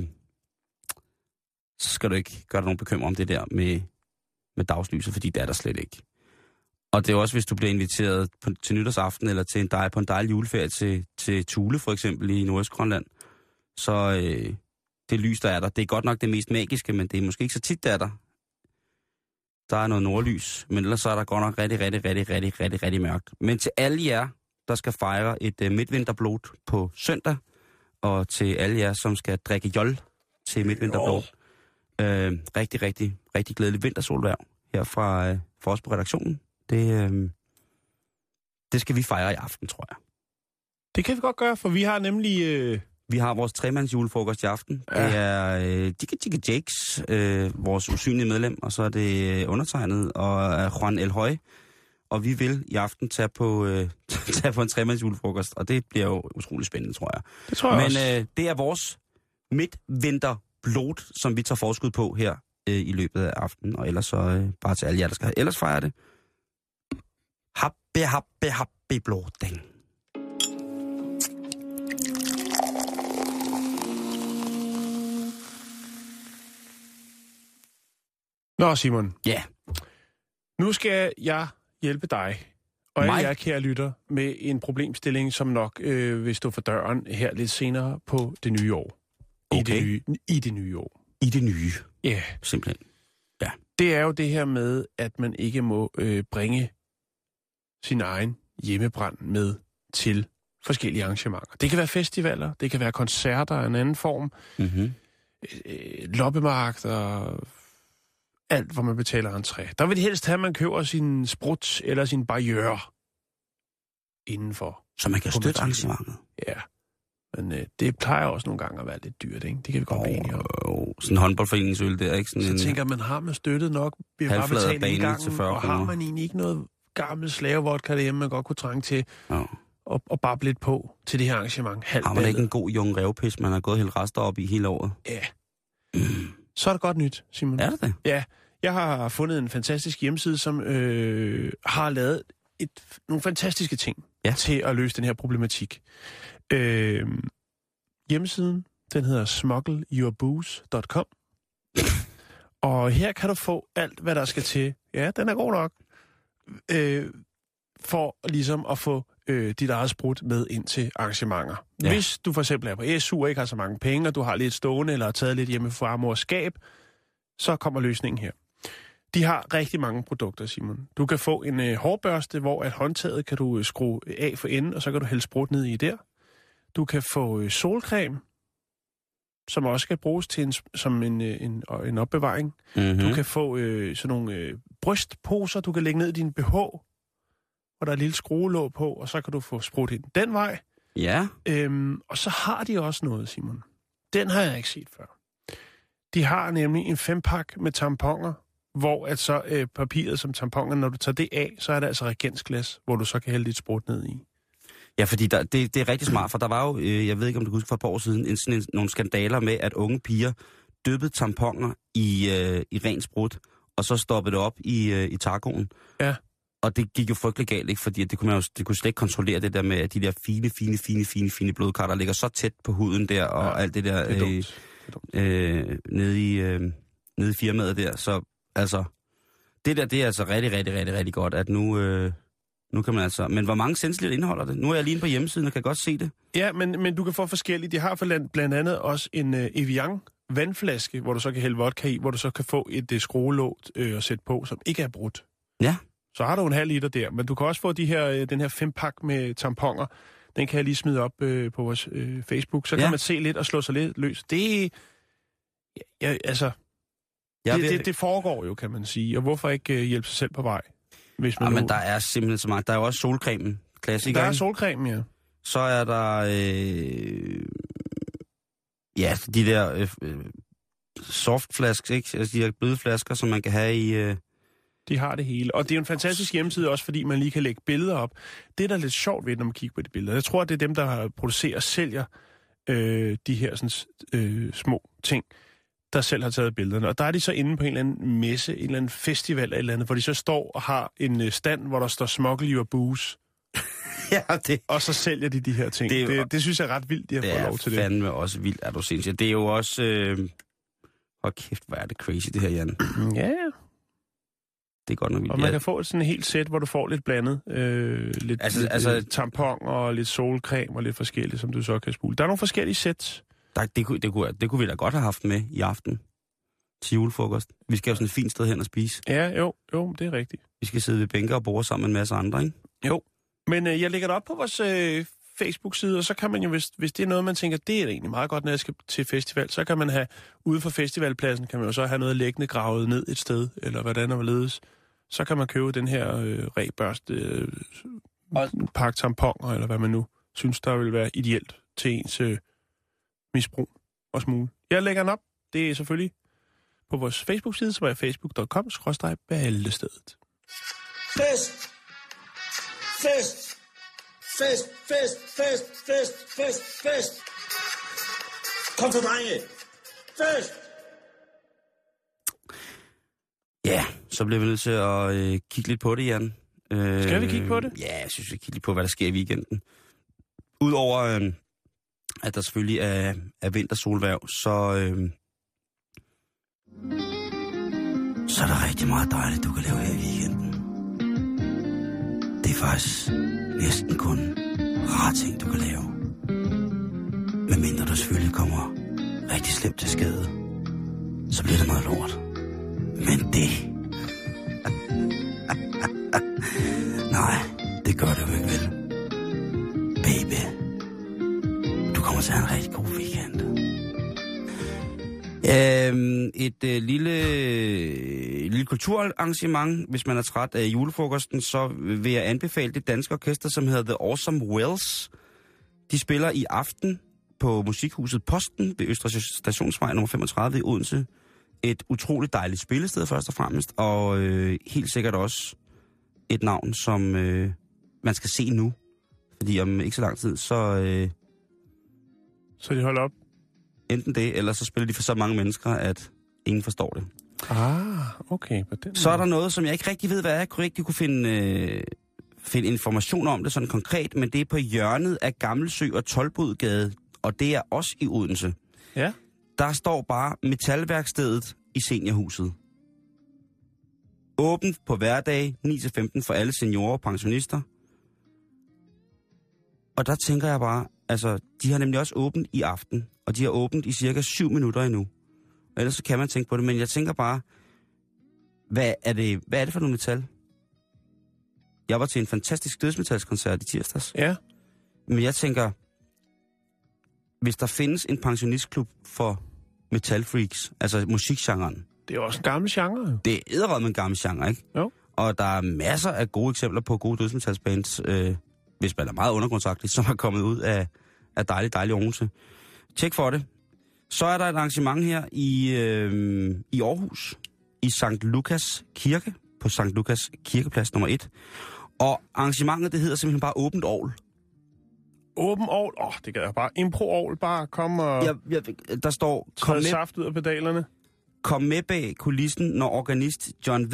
skal du ikke gøre dig nogen bekymring om det der med dagslyset, fordi det er der slet ikke. Og det er også, hvis du bliver inviteret til nytårsaften, eller til på en dejlig juleferie til Thule, for eksempel i Nordøstgrønland, så det lys, der er der, det er godt nok det mest magiske, men det er måske ikke så tit, der er der. Der er noget nordlys, men ellers så er der godt nok rigtig mørkt. Men til alle jer, der skal fejre et midtvinterblod på søndag, og til alle jer, som skal drikke jol til midtvinterblod, rigtig glædelig vintersolværv her fra os på redaktionen. Det skal vi fejre i aften, tror jeg. Det kan vi godt gøre, for vi har nemlig... Vi har vores 3-mands julefrokost i aften. Ja. Det er Jigga Jakes, vores usynlige medlem, og så er det undertegnet og Juan Elhøj. Og vi vil i aften tage på en 3-mands julefrokost, og det bliver jo utrolig spændende, tror jeg. Det tror jeg også. Men det er vores midtvinterblod, som vi tager forskud på her i løbet af aftenen, og ellers så bare til alle jer, der skal ellers fejre det. Happy bloding. Nå, Simon. Ja. Yeah. Nu skal jeg hjælpe dig og alle jer, kære lytter, med en problemstilling, som nok vil stå for døren her lidt senere på det nye år. Okay. I det nye år. I det nye? Ja. Yeah. Simpelthen. Ja. Det er jo det her med, at man ikke må bringe sin egen hjemmebrand med til forskellige arrangementer. Det kan være festivaler, det kan være koncerter af en anden form, loppemarked og alt, hvor man betaler entré. Der vil det helst have, at man køber sin sprut eller sin barriere indenfor. Så man kan støtte arrangementet? Ja. Men det plejer også nogle gange at være lidt dyrt, ikke? Det kan vi godt blive enige om. Sådan en håndboldforeningsøl der, ikke? Sådan så tænker man, har man støttet nok? Vi har bare betalt en gang, og har man egentlig ikke noget gammel slavevodka derhjemme, man godt kunne trænge til og bare lidt på til det her arrangement? Har man ikke en god Jung Revpis, man har gået helt rester op i hele året? Ja. Så er det godt nyt, Simon. Er det det? Ja. Jeg har fundet en fantastisk hjemmeside, som har lavet nogle fantastiske ting til at løse den her problematik. Hjemmesiden, den hedder smuggleYourBooze.com. Og her kan du få alt, hvad der skal til. Ja, den er god nok. For ligesom at få dit eget sprut med ind til arrangementer. Ja. Hvis du for eksempel er på SU og ikke har så mange penge, og du har lidt stående eller har taget lidt hjemme fra mors skab, så kommer løsningen her. De har rigtig mange produkter, Simon. Du kan få en hårbørste, hvor at håndtaget kan du skrue af for enden, og så kan du hælde sprut ned i der. Du kan få solcreme, som også kan bruges til som en opbevaring. Mm-hmm. Du kan få sådan nogle brystposer, du kan lægge ned i din BH, hvor der er et lille skruelåg på, og så kan du få sprut ind den vej. Ja. Og så har de også noget, Simon. Den har jeg ikke set før. De har nemlig en 5-pakke med tamponer, hvor at så papiret som tamponer, når du tager det af, så er der altså reagensglas, hvor du så kan hælde dit sprut ned i. Ja, fordi det er rigtig smart, for der var jo, jeg ved ikke om du kan huske for et par år siden, nogle skandaler med, at unge piger dyppede tamponer i ren sprut, og så stoppede det op i tacoen. Ja. Og det gik jo frygtelig galt, ikke? Fordi det kunne slet ikke kontrollere det der med, at de der fine blodkar, der ligger så tæt på huden der, og alt det der nede i firmaet der. Så altså, det er altså rigtig godt, at nu kan man altså... Men hvor mange centiliter indeholder det? Nu er jeg lige inde på hjemmesiden og kan godt se det. Ja, men du kan få forskellige. De har blandt andet også en Evian vandflaske, hvor du så kan hælde vodka i, hvor du så kan få et skruelåg at sætte på, som ikke er brudt. Ja. Så har du en halv liter der, men du kan også få den her 5-pak med tamponer. Den kan jeg lige smide op på vores Facebook. Så kan man se lidt og slå sig lidt løs. Det foregår jo, kan man sige. Og hvorfor ikke hjælpe sig selv på vej? Hvis man men der er simpelthen så meget. Der er jo også solcremen. Klassiker. Der er solcremen, ja. Så er der... de der softflasker, ikke? Altså de her blødflasker, som man kan have i... De har det hele. Og det er jo en fantastisk hjemmeside også, fordi man lige kan lægge billeder op. Det, der er lidt sjovt ved, når man kigger på de billeder. Jeg tror, at det er dem, der producerer og sælger de her sådan, små ting, der selv har taget billederne. Og der er de så inde på en eller anden messe, en eller anden festival eller et eller andet, hvor de så står og har en stand, hvor der står smuggle your booze. Og så sælger de her ting. Det synes jeg er ret vildt, de har fået lov til det. Det er fandme også vildt, er du sindssygt. Det er jo også... Hold kæft, hvor er det crazy, det her, Jan. Ja. Det er godt nok vildt. Og man kan få sådan et helt sæt, hvor du får lidt blandet. Lidt tampon og lidt solcreme og lidt forskelligt, som du så kan spule. Der er nogle forskellige sæt. Det kunne vi da godt have haft med i aften til julefrokost. Vi skal jo sådan et fint sted hen og spise. Ja, jo, det er rigtigt. Vi skal sidde ved bænker og borde sammen med en masse andre, ikke? Jo, men jeg lægger det op på vores Facebook-side, og så kan man jo, hvis det er noget, man tænker, det er egentlig meget godt, når jeg skal til festival, så kan man have, ude for festivalpladsen, kan man jo så have noget liggende gravet ned et sted, eller hvordan og hvorledes. Så kan man købe den her rebørste, pakke tamponer, eller hvad man nu synes, der vil være ideelt til ens misbrug og smule. Jeg lægger den op. Det er selvfølgelig på vores Facebook-side, som er facebook.com/bæltestedet. Fest! Fest! Fest, fest, fest, fest, fest, fest. Kom så, drenge. Fest. Ja, så bliver vi nødt til at kigge lidt på det, Jan. Skal vi kigge på det? Ja, jeg synes, vi kigger lidt på, hvad der sker i weekenden. Udover at der selvfølgelig er vintersolværv, så er der rigtig meget dejligt, du kan lave her i weekenden. Det er faktisk næsten kun rare ting, du kan lave. Medmindre du selvfølgelig kommer rigtig slemt til skade, så bliver det noget lort. Men det... Nej, det gør det jo ikke vel. Baby, du kommer til en rigtig god weekend. Et lille kulturarrangement. Hvis man er træt af julefrokosten, så vil jeg anbefale det danske orkester, som hedder The Awesome Wells. De spiller i aften på Musikhuset Posten ved Østre Stationsvej nummer 35 i Odense. Et utroligt dejligt spillested først og fremmest, og helt sikkert også et navn, som man skal se nu. Fordi om ikke så lang tid, så de holder op? Enten det, eller så spiller de for så mange mennesker, at ingen forstår det. Okay. Så er der noget, som jeg ikke rigtig ved, hvad jeg rigtig kunne finde information om det sådan konkret, men det er på hjørnet af Gammelsø og Toldbodgade, og det er også i Odense. Ja. Der står bare metalværkstedet i seniorhuset. Åbent på hverdage, 9-15 for alle seniorer og pensionister. Og der tænker jeg bare, altså, de har nemlig også åbent i aften, og de har åbent i cirka 7 minutter endnu. Og ellers så kan man tænke på det, men jeg tænker bare, hvad er det for noget metal? Jeg var til en fantastisk dødsmetalskoncert i tirsdags. Ja. Men jeg tænker, hvis der findes en pensionistklub for metalfreaks, altså musikgenren. Det er også en gammel genre. Det er edderrød en gammel genre, ikke? Jo. Og der er masser af gode eksempler på gode dødsmetalsbands, hvis man er meget undergrundsagtigt, som er kommet ud af dejlig Odense. Tjek for det. Så er der et arrangement her i Aarhus, i Sankt Lukas Kirke, på Sankt Lukas Kirkeplads nummer 1. Og arrangementet, det hedder simpelthen bare Åbent Orgel. Åben Orgel? Det gad jeg bare. Impro-orgel, bare kom og... Ja, der står... Kom med saft ud af pedalerne. Kom med bag kulissen, når organist John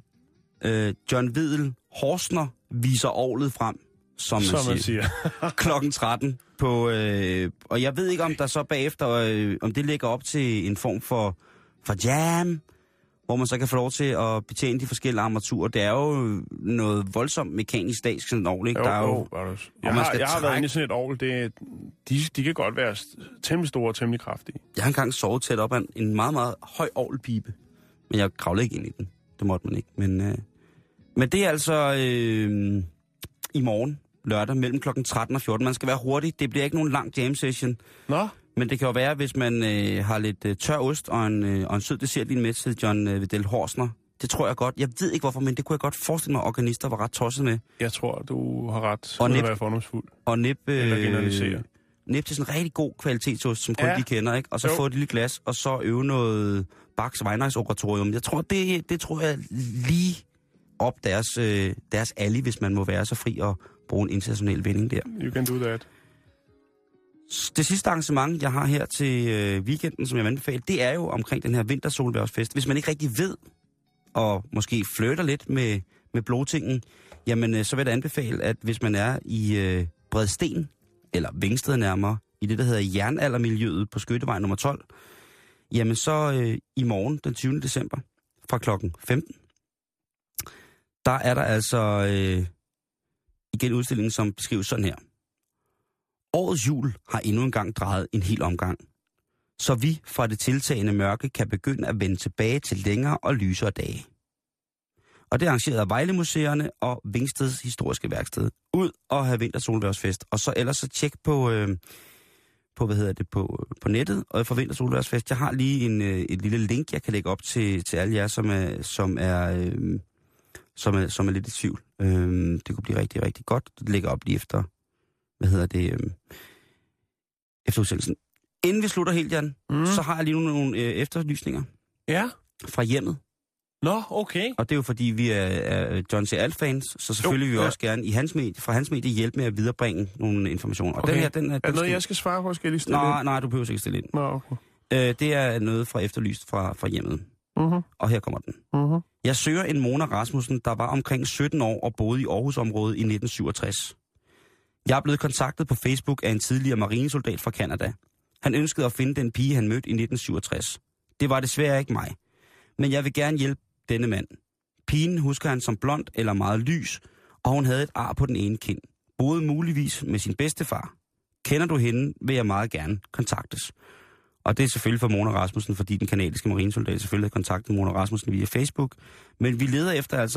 Vedel Horsner viser orglet frem, som man siger. Klokken 13 på... og jeg ved ikke, om der så bagefter, om det ligger op til en form for jam, hvor man så kan få lov til at betjene de forskellige armaturer. Det er jo noget voldsomt mekanisk statisk sådan et orgel, ikke? Jeg har været inde i sådan et orgel. De kan godt være temmelig store og temmelig kraftige. Jeg har engang sovet tæt op af en meget, meget høj orgelpibe, men jeg kravlede ikke ind i den. Det måtte man ikke. Men det er altså i morgen, lørdag, mellem kl. 13 og 14. Man skal være hurtig. Det bliver ikke nogen lang jam session. Nå? Men det kan jo være, hvis man har lidt tør ost og en sød dessertvin med til John Vedel Horsner. Det tror jeg godt. Jeg ved ikke hvorfor, men det kunne jeg godt forestille mig, at organister var ret tosset med. Jeg tror, du har ret. Og nip, være fordomsfuld. Og nip til sådan en rigtig god kvalitetsost, som kun de kender, ikke? Og så få et lille glas, og så øve noget Bachs Weihnachtsoratorium. Jeg tror, det tror jeg lige op deres alley, hvis man må være så fri og bruge en international vending der. You can do that. Det sidste arrangement, jeg har her til weekenden, som jeg vil anbefale, det er jo omkring den her vintersolværvsfest. Hvis man ikke rigtig ved, og måske flirter lidt med blodtingen, jamen så vil jeg anbefale, at hvis man er i Bredsten, eller Vingsted nærmere, i det, der hedder Jernaldermiljøet på Skyttevej nummer 12, jamen så i morgen, den 20. december, fra klokken 15, der er der altså igen udstillingen, som beskrives sådan her. Årets jul har endnu engang drejet en hel omgang, så vi fra det tiltagende mørke kan begynde at vende tilbage til længere og lysere dage. Og det er arrangeret af Vejle-museerne og Vingsteds Historiske Værksted. Ud og have vintersolværvsfest. Og så ellers så tjek på nettet og for vintersolværvsfest. Jeg har lige et lille link, jeg kan lægge op til alle jer, som er lidt i tvivl. Det kunne blive rigtig, rigtig godt. Det ligger op lige efter, efter udsendelsen. Inden vi slutter helt, Jan, så har jeg lige nogle efterlysninger. Ja. Fra hjemmet. Nå, okay. Og det er jo fordi, vi er John C. Alt-fans, så selvfølgelig vil vi også gerne fra hans medie hjælpe med at viderebringe nogle informationer. Og okay. Den er det noget, jeg skal svare på? Skal jeg lige stille ind? Nej, du behøver ikke stille ind. Nå, okay. Det er noget fra efterlyst fra hjemmet. Uh-huh. Og her kommer den. Uh-huh. Jeg søger en Mona Rasmussen, der var omkring 17 år og boede i Aarhusområdet i 1967. Jeg er blevet kontaktet på Facebook af en tidligere marinesoldat fra Canada. Han ønskede at finde den pige, han mødte i 1967. Det var desværre ikke mig. Men jeg vil gerne hjælpe denne mand. Pigen husker han som blond eller meget lys, og hun havde et ar på den ene kind. Boede muligvis med sin bedstefar. Kender du hende, vil jeg meget gerne kontaktes. Og det er selvfølgelig for Mona Rasmussen, fordi den kanadiske marinesoldat selvfølgelig har kontaktet Mona Rasmussen via Facebook. Men vi leder efter altså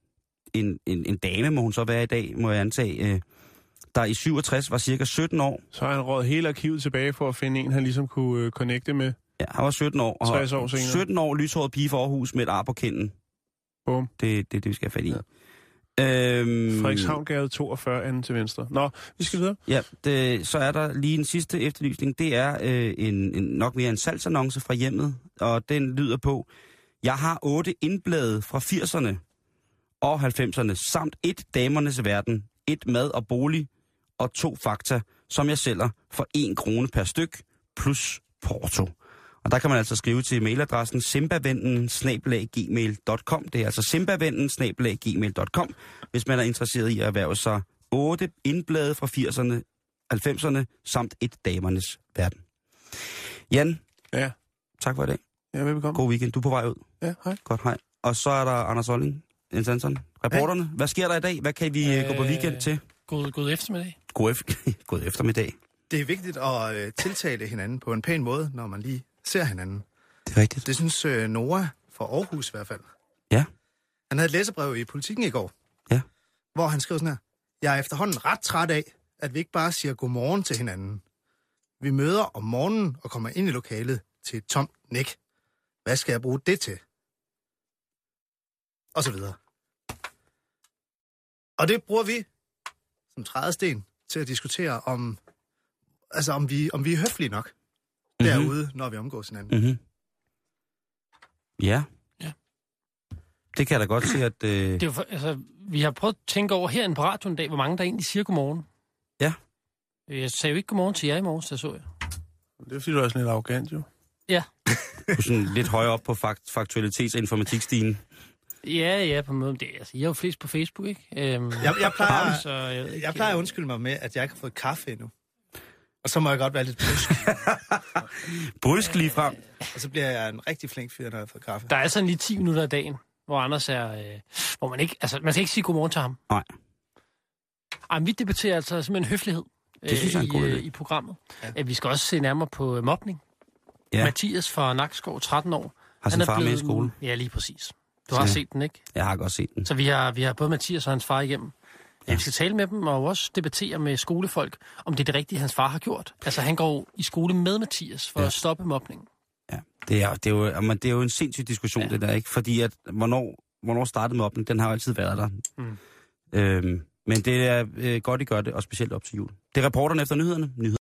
en dame, må hun så være i dag, må jeg antage, der i 67 var cirka 17 år. Så har han råd hele arkivet tilbage for at finde en, han ligesom kunne connecte med. Ja, han var 17 år. Og 60 år senere. 17 år, lyshåret pige fra Aarhus med et ar på kinden. Bum. Det er det, vi skal have fat i. Ja. Frederikshavngade 42, anden til venstre. Nå, vi skal videre. Ja, så er der lige en sidste efterlysning. Det er nok mere en salgsannonce fra hjemmet, og den lyder på: jeg har 8 indblade fra 80'erne og 90'erne, samt 1 damernes verden, 1 mad og bolig og 2 fakta, som jeg sælger for 1 krone per styk, plus porto. Og der kan man altså skrive til mailadressen simbavennen@gmail.com. Det er altså simbavennen@gmail.com, hvis man er interesseret i at erhverve sig 8 indblade fra 80'erne, 90'erne, samt 1 damernes verden. Jan, ja. Tak for i dag. Ja, velbekomme. God weekend. Du er på vej ud. Ja, hej. Godt, hej. Og så er der Anders Olling, Jens Hansen, reporterne. Hvad sker der i dag? Hvad kan vi gå på weekend til? God eftermiddag. God eftermiddag. Det er vigtigt at tiltale hinanden på en pæn måde, når man lige ser hinanden. Det er rigtigt. Det synes Nora fra Aarhus i hvert fald. Ja. Han havde et læserbrev i Politikken i går. Ja. Hvor han skrev sådan her: jeg er efterhånden ret træt af, at vi ikke bare siger godmorgen til hinanden. Vi møder om morgenen og kommer ind i lokalet til et tomt nik. Hvad skal jeg bruge det til? Og så videre. Og det bruger vi som trædesten til at diskutere om vi er høflige nok derude, når vi omgås hinanden. Mm-hmm. Ja. Det kan jeg da godt se, at... Det er jo vi har prøvet at tænke over herinde på radioen en dag, hvor mange der egentlig siger godmorgen. Ja. Jeg sagde jo ikke godmorgen til jer i morges, der så jeg. Det er fordi, du er sådan lidt arrogant, jo. Ja. Du er sådan lidt højere op på faktualitets- og informatikstigen. Ja, på en måde. I er jo flest på Facebook, ikke? Jeg plejer at undskylde mig med, at jeg ikke har fået kaffe endnu. Og så må jeg godt være lidt brysk. Brysk lige frem. Og så bliver jeg en rigtig flink fyr, når jeg har fået kaffe. Der er sådan lige 10 minutter af dagen, hvor Anders er... hvor man ikke... Altså, man skal ikke sige godmorgen til ham. Nej. Men vi debatterer altså simpelthen høflighed. Det synes jeg er en god idé. I programmet. Ja. Vi skal også se nærmere på mobning. Ja. Mathias fra Nakskov, 13 år. Har sin far med i skole. Ja, lige præcis. Du har set den, ikke? Jeg har godt set den. Så vi har både Mathias og hans far igennem. Ja. Vi skal tale med dem og også debattere med skolefolk, om det er det rigtige, hans far har gjort. Altså, han går i skole med Mathias for at stoppe mobningen. Ja, det er jo en sindssyg diskussion, det der, ikke? Fordi at, hvornår startede mobning, den har jo altid været der. Men det er godt, I gør det, og specielt op til jul. Det er reporterne efter nyhederne.